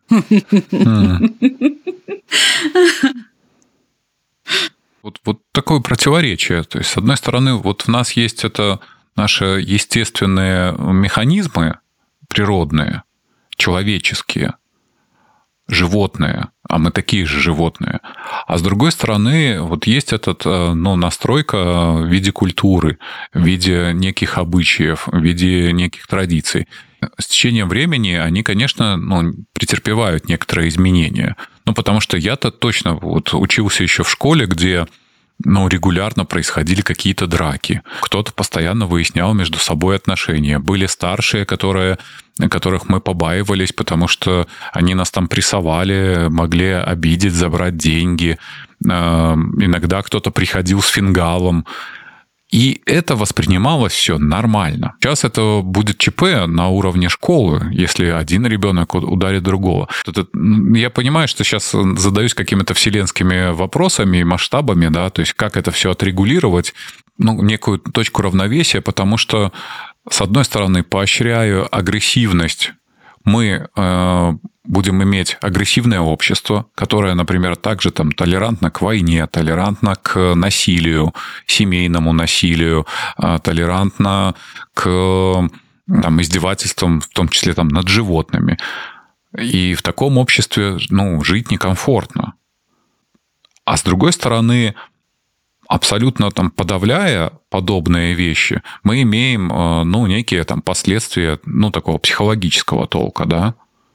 Speaker 1: Вот, вот такое противоречие. То есть, с одной стороны, вот в нас есть это наши естественные механизмы природные, человеческие, животные, а мы такие же животные. А с другой стороны, вот есть этот, ну, настройка в виде культуры, в виде неких обычаев, в виде неких традиций. С течением времени они, конечно, ну, претерпевают некоторые изменения. Ну, потому что я-то точно вот учился еще в школе, где, ну, регулярно происходили какие-то драки. Кто-то постоянно выяснял между собой отношения. Были старшие, которые, которых мы побаивались, потому что они нас там прессовали, могли обидеть, забрать деньги. Иногда кто-то приходил с фингалом. И это воспринималось все нормально. Сейчас это будет ЧП на уровне школы, если один ребенок ударит другого. Это, я понимаю, что сейчас задаюсь какими-то вселенскими вопросами и масштабами, да, то есть как это все отрегулировать, ну, некую точку равновесия, потому что, с одной стороны, поощряю агрессивность. Мы э, будем иметь агрессивное общество, которое, например, также там толерантно к войне, толерантно к насилию, семейному насилию, э, толерантно к там, издевательствам, в том числе там, над животными. И в таком обществе, ну, жить некомфортно. А с другой стороны, абсолютно там подавляя подобные вещи, мы имеем, ну, некие там последствия, ну, такого психологического толка, да.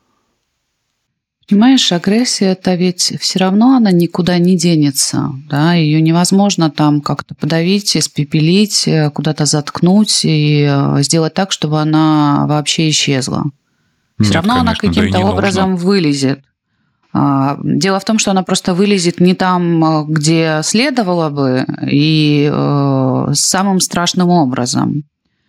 Speaker 2: Понимаешь, агрессия, это ведь все равно она никуда не денется, да, ее невозможно там как-то подавить, испепелить, куда-то заткнуть и сделать так, чтобы она вообще исчезла. Все
Speaker 1: Нет,
Speaker 2: равно
Speaker 1: конечно,
Speaker 2: она каким-то
Speaker 1: да
Speaker 2: образом
Speaker 1: нужно.
Speaker 2: вылезет. Дело в том, что она просто вылезет не там, где следовало бы, и э, самым страшным образом.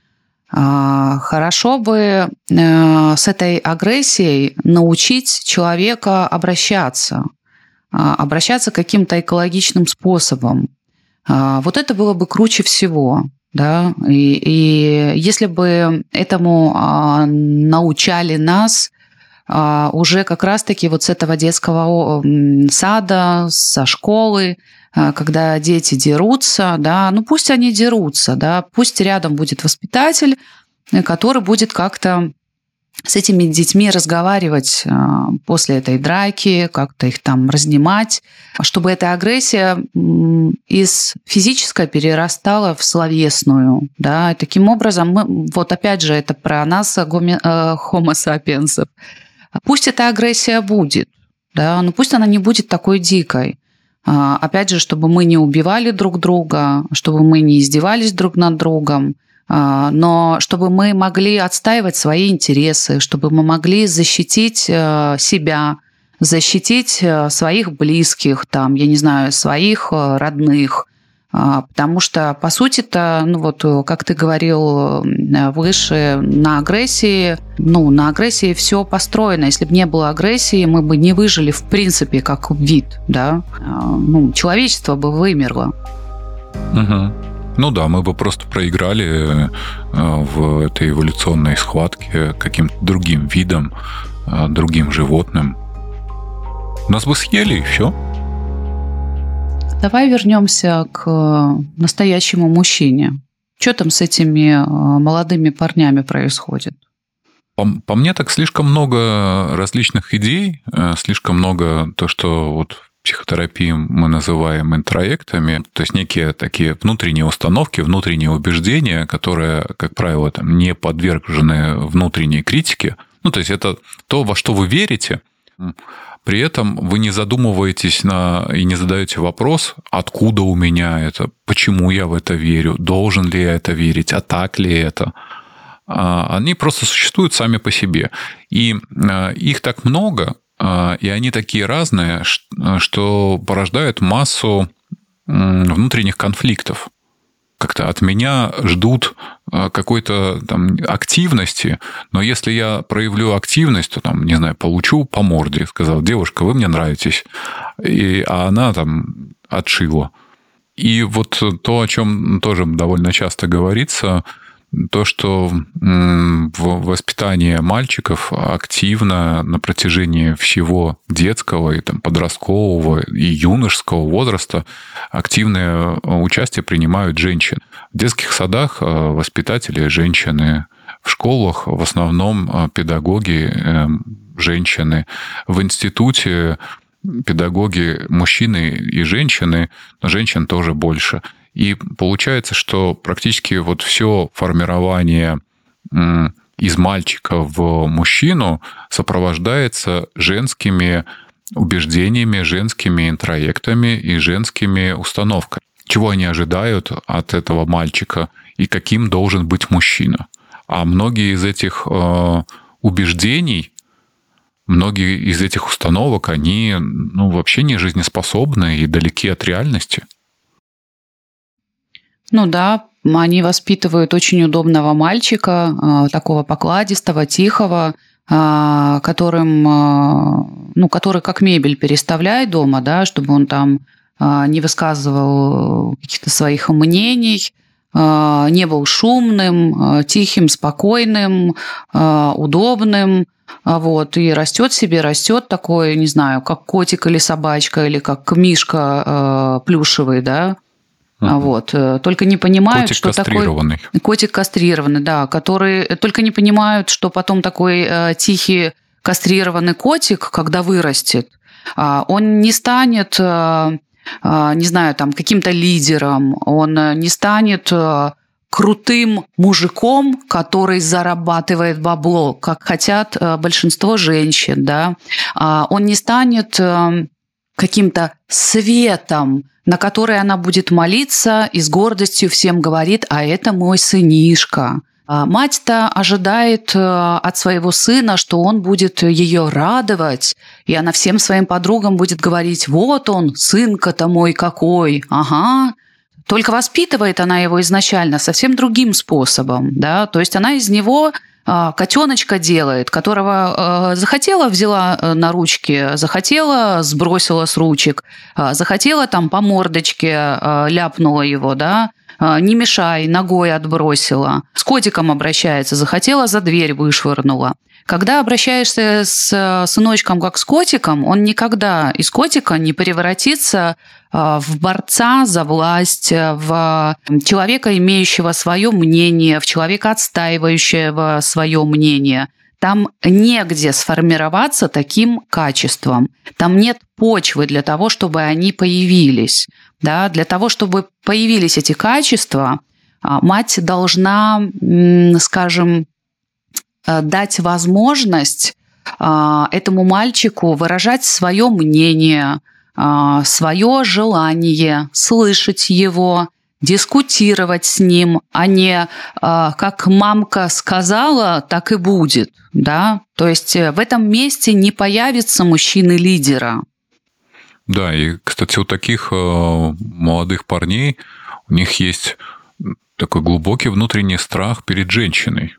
Speaker 2: Э, хорошо бы э, с этой агрессией научить человека обращаться, э, обращаться каким-то экологичным способом. Э, вот это было бы круче всего. Да? И, и если бы этому э, научали нас, уже как раз-таки вот с этого детского сада, со школы, когда дети дерутся, да, ну пусть они дерутся, да, пусть рядом будет воспитатель, который будет как-то с этими детьми разговаривать после этой драки, как-то их там разнимать, чтобы эта агрессия из физической перерастала в словесную. Да? И таким образом, мы, вот опять же, это про нас, homo sapiens. Пусть эта агрессия будет, да? Но пусть она не будет такой дикой. Опять же, чтобы мы не убивали друг друга, чтобы мы не издевались друг над другом, но чтобы мы могли отстаивать свои интересы, чтобы мы могли защитить себя, защитить своих близких, там, я не знаю, своих родных. Потому что, по сути-то, ну вот, как ты говорил выше, на агрессии, ну, на агрессии все построено. Если бы не было агрессии, мы бы не выжили в принципе как вид, да? Ну, человечество бы вымерло.
Speaker 1: Угу. Ну да, мы бы просто проиграли в этой эволюционной схватке каким-то другим видом, другим животным. Нас бы съели, и все.
Speaker 2: Давай вернемся к настоящему мужчине. Что там с этими молодыми парнями происходит?
Speaker 1: По, по мне, так слишком много различных идей, слишком много то, что вот психотерапии мы называем интроектами, то есть некие такие внутренние установки, внутренние убеждения, которые, как правило, там, не подвержены внутренней критике. Ну, то есть это то, во что вы верите, при этом вы не задумываетесь на, и не задаете вопрос, откуда у меня это, почему я в это верю, должен ли я это верить, а так ли это. Они просто существуют сами по себе. И их так много, и они такие разные, что порождают массу внутренних конфликтов. Как-то от меня ждут какой-то там активности, но если я проявлю активность, то, там, не знаю, получу по морде. Сказал: девушка, вы мне нравитесь. И, а она там отшила. И вот то, о чем тоже довольно часто говорится, то, что в воспитании мальчиков активно на протяжении всего детского и там, подросткового и юношеского возраста активное участие принимают женщины. В детских садах воспитатели женщины, в школах в основном педагоги женщины, в институте педагоги мужчины и женщины, но женщин тоже больше. И получается, что практически вот все формирование из мальчика в мужчину сопровождается женскими убеждениями, женскими интроектами и женскими установками. Чего они ожидают от этого мальчика и каким должен быть мужчина. А многие из этих убеждений, многие из этих установок, они ну, вообще не жизнеспособны и далеки от реальности.
Speaker 2: Ну да, они воспитывают очень удобного мальчика, такого покладистого, тихого, которым, ну, который как мебель переставляет дома, да, чтобы он там не высказывал каких-то своих мнений, не был шумным, тихим, спокойным, удобным. Вот, и растет себе, растет такой, не знаю, как котик или собачка, или как мишка плюшевый, да. Uh-huh. Вот. Только не понимают,
Speaker 1: котик
Speaker 2: что
Speaker 1: кастрированный.
Speaker 2: такой... Котик кастрированный, да. Который... Только не понимают, что потом такой э, тихий кастрированный котик, когда вырастет, э, он не станет, э, э, не знаю, там, каким-то лидером, он не станет э, крутым мужиком, который зарабатывает бабло, как хотят э, большинство женщин, да. Э, он не станет... Э, каким-то светом, на который она будет молиться и с гордостью всем говорит: а это мой сынишка. Мать-то ожидает от своего сына, что он будет ее радовать, и она всем своим подругам будет говорить: вот он, сынка-то мой какой, ага. Только воспитывает она его изначально совсем другим способом, да, то есть она из него котеночка делает, которого захотела, взяла на ручки, захотела, сбросила с ручек, захотела, там по мордочке ляпнула его, да, не мешай, ногой отбросила. С котиком обращается, захотела, за дверь вышвырнула. Когда обращаешься с сыночком как с котиком, он никогда из котика не превратится в борца за власть, в человека, имеющего свое мнение, в человека, отстаивающего свое мнение. Там негде сформироваться таким качеством. Там нет почвы для того, чтобы они появились. Да? Для того, чтобы появились эти качества, мать должна, скажем, дать возможность этому мальчику выражать свое мнение, свое желание, слышать его, дискутировать с ним, а не как мамка сказала, так и будет. Да? То есть в этом месте не появится мужчины-лидера.
Speaker 1: Да, и, кстати, у таких молодых парней у них есть такой глубокий внутренний страх перед женщиной.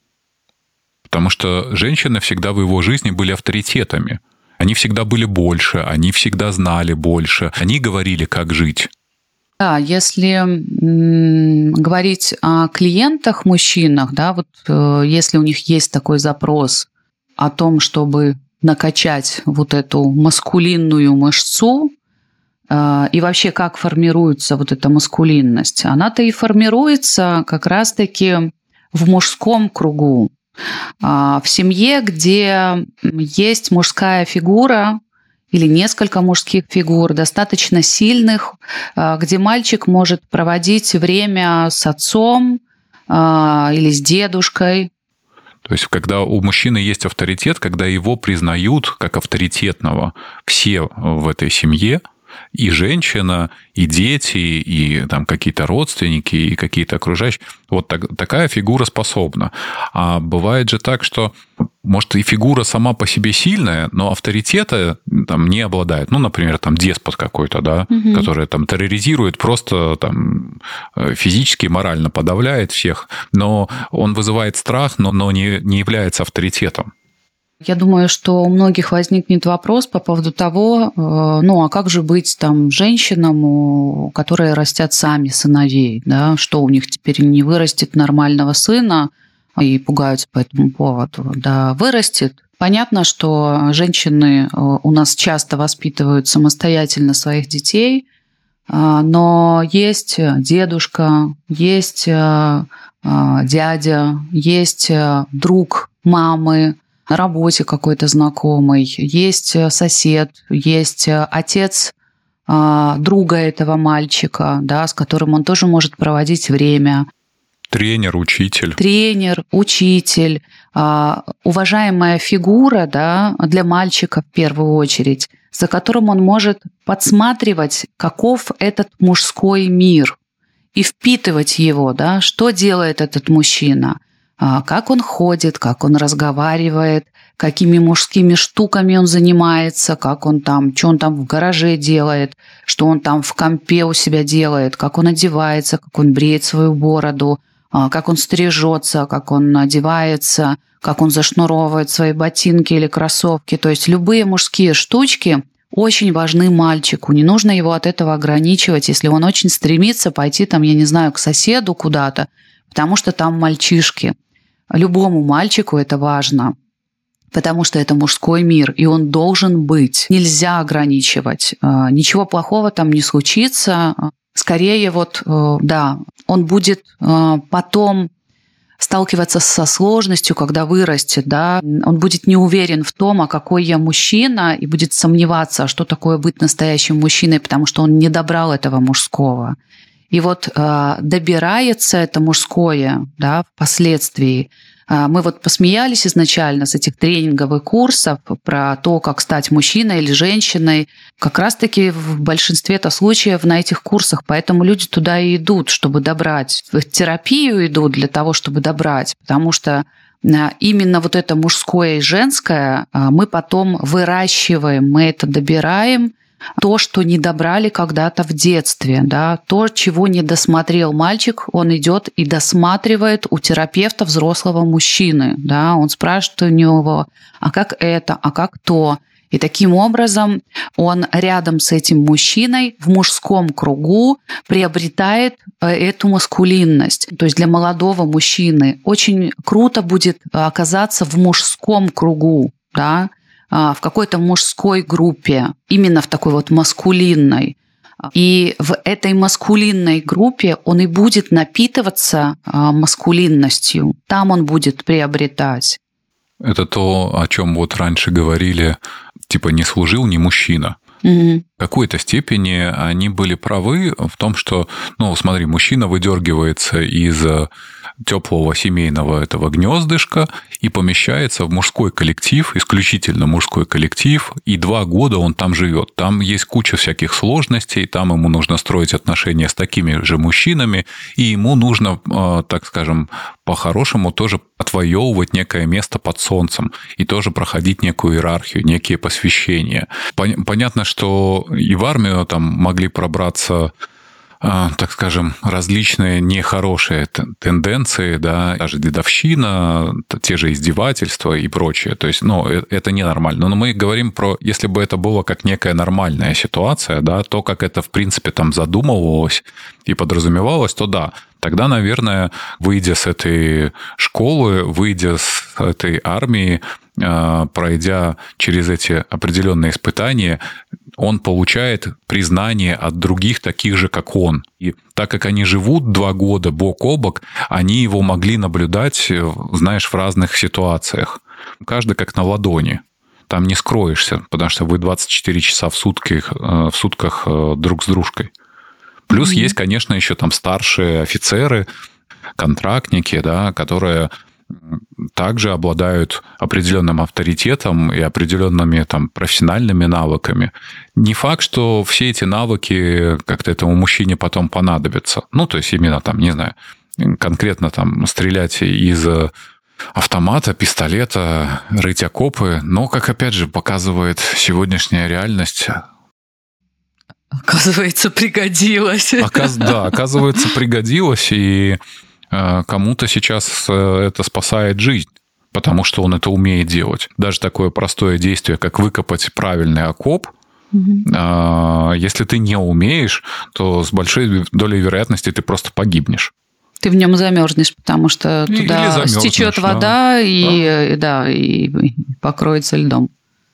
Speaker 1: Потому что женщины всегда в его жизни были авторитетами. Они всегда были больше, они всегда знали больше, они говорили, как жить.
Speaker 2: Да, если м, говорить о клиентах, мужчинах, да, вот э, если у них есть такой запрос о том, чтобы накачать вот эту маскулинную мышцу, э, и вообще как формируется вот эта маскулинность, она-то и формируется как раз-таки в мужском кругу, э, в семье, где есть мужская фигура, или несколько мужских фигур, достаточно сильных, где мальчик может проводить время с отцом или с дедушкой.
Speaker 1: То есть, когда у мужчины есть авторитет, когда его признают как авторитетного все в этой семье, и женщина, и дети, и там какие-то родственники, и какие-то окружающие. Вот так, такая фигура способна. А бывает же так, что, может, и фигура сама по себе сильная, но авторитета там не обладает. Ну, например, там деспот какой-то, да, угу. который там терроризирует, просто там физически, морально подавляет всех, но он вызывает страх, но, но не, не является авторитетом.
Speaker 2: Я думаю, что у многих возникнет вопрос по поводу того, ну, а как же быть там женщинам, которые растят сами сыновей, да, что у них теперь не вырастет нормального сына, и пугаются по этому поводу. Да, вырастет. Понятно, что женщины у нас часто воспитывают самостоятельно своих детей, но есть дедушка, есть дядя, есть друг мамы, на работе какой-то знакомый, есть сосед, есть отец друга этого мальчика, да, с которым он тоже может проводить время.
Speaker 1: Тренер, учитель.
Speaker 2: Тренер, учитель, уважаемая фигура, да, для мальчика в первую очередь, за которым он может подсматривать, каков этот мужской мир, и впитывать его, да, что делает этот мужчина. Как он ходит, как он разговаривает, какими мужскими штуками он занимается, как он там, что он там в гараже делает, что он там в компе у себя делает, как он одевается, как он бреет свою бороду, как он стрижется, как он одевается, как он зашнуровывает свои ботинки или кроссовки. То есть любые мужские штучки очень важны мальчику. Не нужно его от этого ограничивать, если он очень стремится пойти там, я не знаю, к соседу куда-то, потому что там мальчишки. Любому мальчику это важно, потому что это мужской мир, и он должен быть. Нельзя ограничивать. Ничего плохого там не случится. Скорее, вот, да, он будет потом сталкиваться со сложностью, когда вырастет, да, он будет не уверен в том, а какой я мужчина, и будет сомневаться, что такое быть настоящим мужчиной, потому что он не добрал этого мужского. И вот э, добирается это мужское, да, впоследствии. Э, мы вот посмеялись изначально с этих тренинговых курсов про то, как стать мужчиной или женщиной. Как раз-таки в большинстве-то случаев на этих курсах, поэтому люди туда и идут, чтобы добрать. В терапию идут для того, чтобы добрать, потому что именно вот это мужское и женское мы потом выращиваем, мы это добираем, то, что не добрали когда-то в детстве, да, то, чего не досмотрел мальчик, он идет и досматривает у терапевта взрослого мужчины, да, он спрашивает у него, а как это, а как то, И таким образом он рядом с этим мужчиной в мужском кругу приобретает эту маскулинность. То есть для молодого мужчины очень круто будет оказаться в мужском кругу, да, в какой-то мужской группе, именно в такой вот маскулинной. И в этой маскулинной группе он и будет напитываться маскулинностью. Там он будет приобретать.
Speaker 1: Это то, о чем вот раньше говорили, типа не служил ни мужчина.
Speaker 2: Mm-hmm.
Speaker 1: В какой-то степени они были правы в том, что, ну, смотри, мужчина выдергивается из теплого семейного этого гнездышка и помещается в мужской коллектив, исключительно мужской коллектив, и два года он там живет. Там есть куча всяких сложностей, там ему нужно строить отношения с такими же мужчинами, и ему нужно, так скажем, по-хорошему тоже отвоевывать некое место под солнцем и тоже проходить некую иерархию, некие посвящения. Понятно, что и в армию там могли пробраться, так скажем, различные нехорошие тенденции, да, даже дедовщина, те же издевательства и прочее. То есть, ну, это ненормально. Но мы говорим про, если бы это было как некая нормальная ситуация, да, то, как это, в принципе, там задумывалось и подразумевалось, то да, тогда, наверное, выйдя с этой школы, выйдя с этой армии, пройдя через эти определенные испытания, он получает признание от других таких же, как он. И так как они живут два года бок о бок, они его могли наблюдать, знаешь, в разных ситуациях. Каждый как на ладони. Там не скроешься, потому что вы двадцать четыре часа в сутках, в сутках друг с дружкой. Плюс mm-hmm. есть, конечно, еще там старшие офицеры, контрактники, да, которые также обладают определенным авторитетом и определенными там профессиональными навыками. Не факт, что все эти навыки как-то этому мужчине потом понадобятся. Ну, то есть именно там, не знаю, конкретно там стрелять из автомата, пистолета, рыть окопы. Но, как опять же показывает сегодняшняя реальность...
Speaker 2: Оказывается, пригодилось.
Speaker 1: Оказ... Да, оказывается, пригодилось, и кому-то сейчас это спасает жизнь, потому что он это умеет делать. Даже такое простое действие, как выкопать правильный окоп, mm-hmm. если ты не умеешь, то с большой долей вероятности ты просто погибнешь.
Speaker 2: Ты в нем замерзнешь, потому что туда стечет вода, да. И, да. Да, и покроется льдом.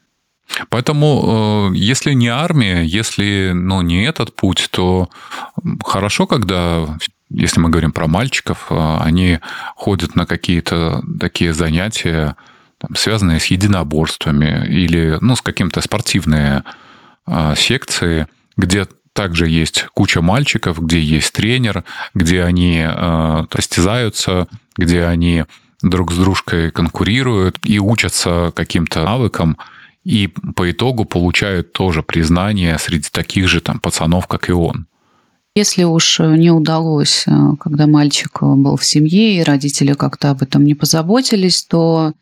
Speaker 1: Поэтому, если не армия, если ну, не этот путь, то хорошо, когда, если мы говорим про мальчиков, они ходят на какие-то такие занятия, там, связанные с единоборствами или ну, с каким-то спортивные секции, где также есть куча мальчиков, где есть тренер, где они состязаются, где они друг с дружкой конкурируют и учатся каким-то навыкам, и по итогу получают тоже признание среди таких же там пацанов, как и он.
Speaker 2: Если уж не удалось, когда мальчик был в семье, и родители как-то об этом не позаботились, то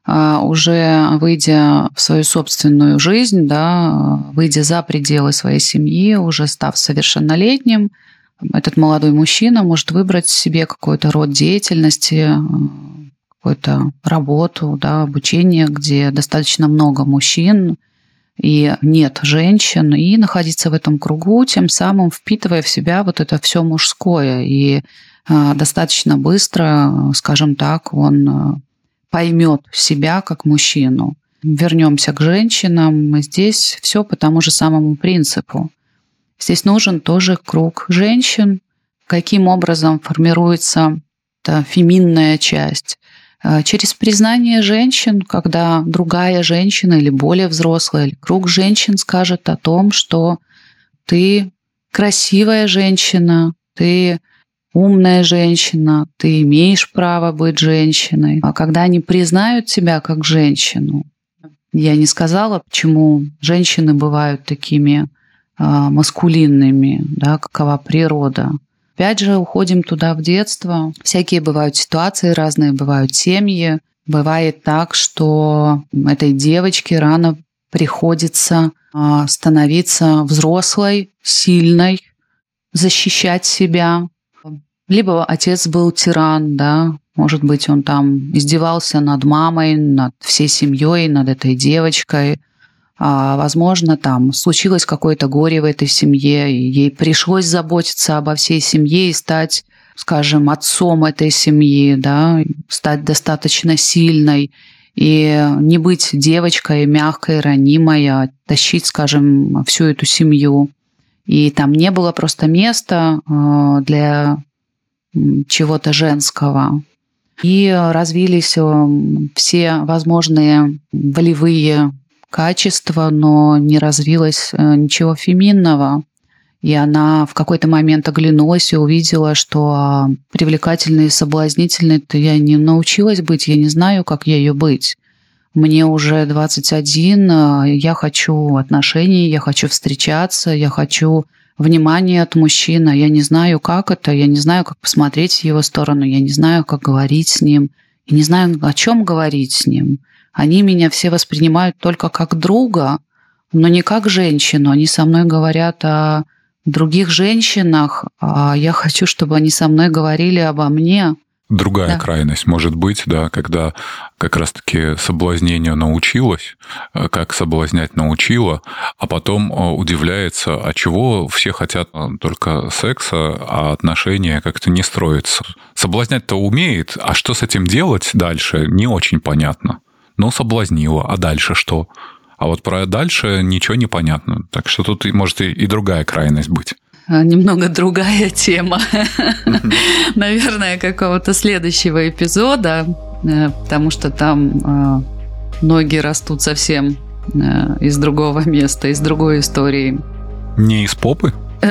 Speaker 2: уже выйдя в свою собственную жизнь, да, выйдя за пределы своей семьи, уже став совершеннолетним, этот молодой мужчина может выбрать себе какой-то род деятельности, какую-то работу, да, обучение, где достаточно много мужчин и нет женщин, и находиться в этом кругу, тем самым впитывая в себя вот это все мужское. И э, достаточно быстро, скажем так, он э, поймет себя как мужчину. Вернемся к женщинам. Здесь все по тому же самому принципу. Здесь нужен тоже круг женщин. Каким образом формируется эта феминная часть? Через признание женщин, когда другая женщина или более взрослая, или круг женщин скажет о том, что ты красивая женщина, ты умная женщина, ты имеешь право быть женщиной. А когда они признают тебя как женщину, я не сказала, почему женщины бывают такими а, маскулинными, да, какова природа. Опять же, уходим туда в детство. Всякие бывают ситуации разные, бывают семьи. Бывает так, что этой девочке рано приходится становиться взрослой, сильной, защищать себя. Либо отец был тиран, да, может быть, он там издевался над мамой, над всей семьей, над этой девочкой. А, возможно, там случилось какое-то горе в этой семье, и ей пришлось заботиться обо всей семье и стать, скажем, отцом этой семьи, да, стать достаточно сильной и не быть девочкой мягкой, ранимой, а тащить, скажем, всю эту семью. И там не было просто места для чего-то женского. И развились все возможные волевые качества, но не развилось ничего феминного. И она в какой-то момент оглянулась и увидела, что привлекательной и соблазнительной-то я не научилась быть, я не знаю, как ею быть. Мне уже двадцать один, я хочу отношений, я хочу встречаться, я хочу внимания от мужчины. Я не знаю, как это, я не знаю, как посмотреть в его сторону, я не знаю, как говорить с ним, я не знаю, о чем говорить с ним. Они меня все воспринимают только как друга, но не как женщину. Они со мной говорят о других женщинах, а я хочу, чтобы они со мной говорили обо мне.
Speaker 1: Другая
Speaker 2: Да.
Speaker 1: крайность может быть, да, когда как раз-таки соблазнению научилась, как соблазнять научила, а потом удивляется, а чего все хотят только секса, а отношения как-то не строятся. Соблазнять-то умеет, а что с этим делать дальше, не очень понятно. Ну, соблазнила, а дальше что? А вот про дальше ничего не понятно. Так что тут может и другая крайность быть.
Speaker 2: Немного другая тема, наверное, какого-то следующего эпизода, потому что там ноги растут совсем из другого места, из другой истории.
Speaker 1: Не из попы?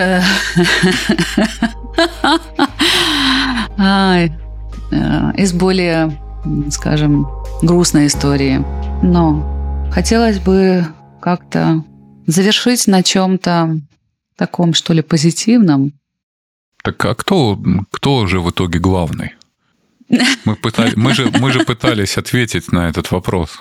Speaker 2: Из более, скажем, грустной истории. Но хотелось бы как-то завершить на чем-то таком, что ли, позитивном.
Speaker 1: Так а кто, кто же в итоге главный? Мы, пытали, мы, же, мы же пытались ответить на этот вопрос.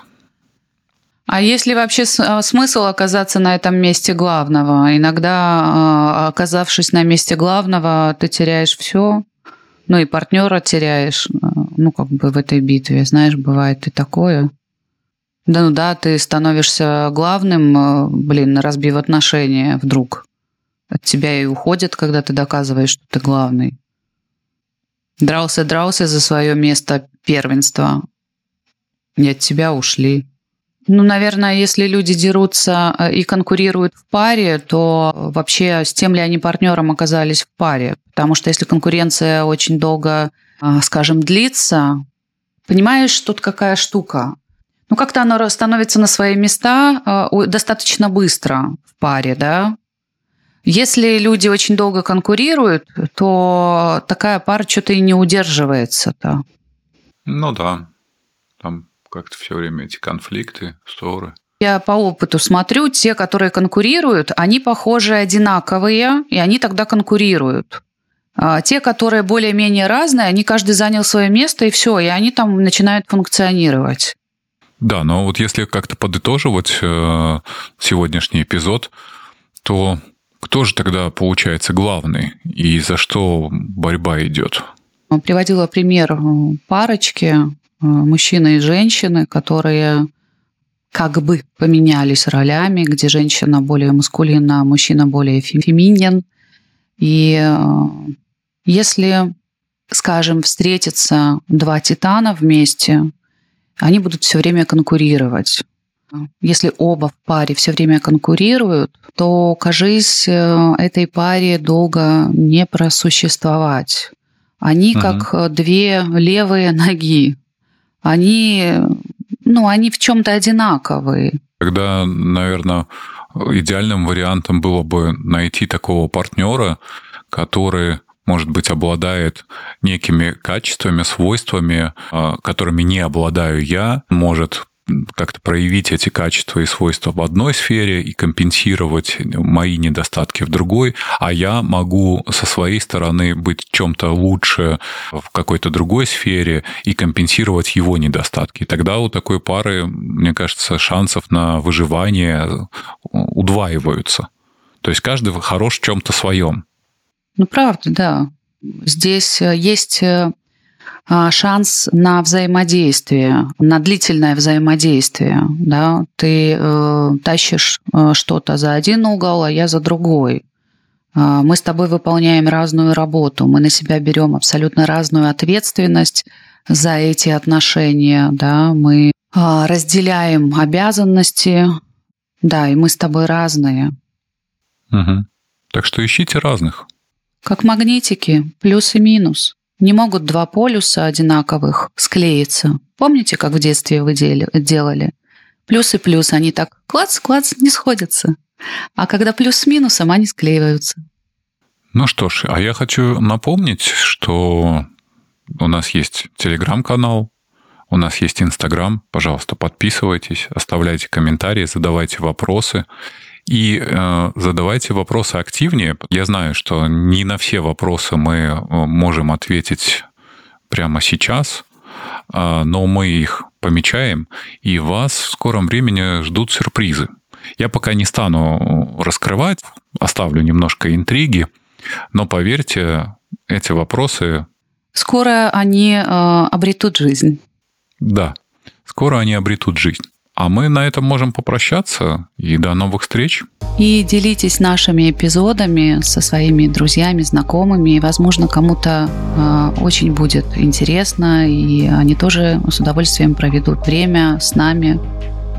Speaker 2: А есть ли вообще смысл оказаться на этом месте главного? Иногда, оказавшись на месте главного, ты теряешь все, ну и партнера теряешь, ну как бы в этой битве, знаешь, бывает и такое. Да ну да, ты становишься главным, блин, разбив отношения вдруг. От тебя и уходят, когда ты доказываешь, что ты главный. Дрался-дрался за свое место первенства, и от тебя ушли. Ну, наверное, если люди дерутся и конкурируют в паре, то вообще с тем ли они партнером оказались в паре? Потому что если конкуренция очень долго, скажем, длится, понимаешь, тут какая штука? Ну, как-то оно становится на свои места достаточно быстро в паре, да? Если люди очень долго конкурируют, то такая пара что-то и не удерживается-то.
Speaker 1: Ну да, там как-то все время эти конфликты, ссоры.
Speaker 2: Я по опыту смотрю, те, которые конкурируют, они, похоже, одинаковые, и они тогда конкурируют. А те, которые более-менее разные, они каждый занял свое место, и все, и они там начинают функционировать.
Speaker 1: Да, но вот если как-то подытоживать сегодняшний эпизод, то кто же тогда получается главный и за что борьба идет?
Speaker 2: Приводила пример парочки, мужчины и женщины, которые как бы поменялись ролями, где женщина более маскулинна, а мужчина более феминен. И если, скажем, встретятся два титана вместе, они будут все время конкурировать. Если оба в паре все время конкурируют, то, кажись, этой паре долго не просуществовать. Они угу. как две левые ноги. Они, ну, они в чем-то одинаковые.
Speaker 1: Тогда, наверное, идеальным вариантом было бы найти такого партнера, который, может быть, обладает некими качествами, свойствами, которыми не обладаю я, может как-то проявить эти качества и свойства в одной сфере и компенсировать мои недостатки в другой, а я могу со своей стороны быть в чем-то лучше в какой-то другой сфере и компенсировать его недостатки. И тогда у такой пары, мне кажется, шансов на выживание удваиваются. То есть каждый хорош в чем-то своем.
Speaker 2: Ну, правда, да. Здесь есть шанс на взаимодействие, на длительное взаимодействие. Да? Ты э, тащишь что-то за один угол, а я за другой. Мы с тобой выполняем разную работу, мы на себя берем абсолютно разную ответственность за эти отношения, да, мы разделяем обязанности, да, и мы с тобой разные.
Speaker 1: Угу. Так что ищите разных.
Speaker 2: Как магнитики, плюс и минус. Не могут два полюса одинаковых склеиться. Помните, как в детстве вы делали? Плюс и плюс, они так клац-клац не сходятся. А когда плюс с минусом, они склеиваются.
Speaker 1: Ну что ж, а я хочу напомнить, что у нас есть телеграм-канал, у нас есть Инстаграм. Пожалуйста, подписывайтесь, оставляйте комментарии, задавайте вопросы. И э, задавайте вопросы активнее. Я знаю, что не на все вопросы мы можем ответить прямо сейчас, э, но мы их помечаем, и вас в скором времени ждут сюрпризы. Я пока не стану раскрывать, оставлю немножко интриги, но поверьте, эти вопросы...
Speaker 2: Скоро они э, обретут жизнь.
Speaker 1: Да, скоро они обретут жизнь. А мы на этом можем попрощаться, и до новых встреч.
Speaker 2: И делитесь нашими эпизодами со своими друзьями, знакомыми, и, возможно, кому-то э, очень будет интересно, и они тоже с удовольствием проведут время с нами.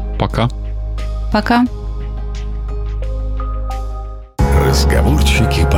Speaker 1: Пока.
Speaker 2: Пока.
Speaker 3: Разговорчики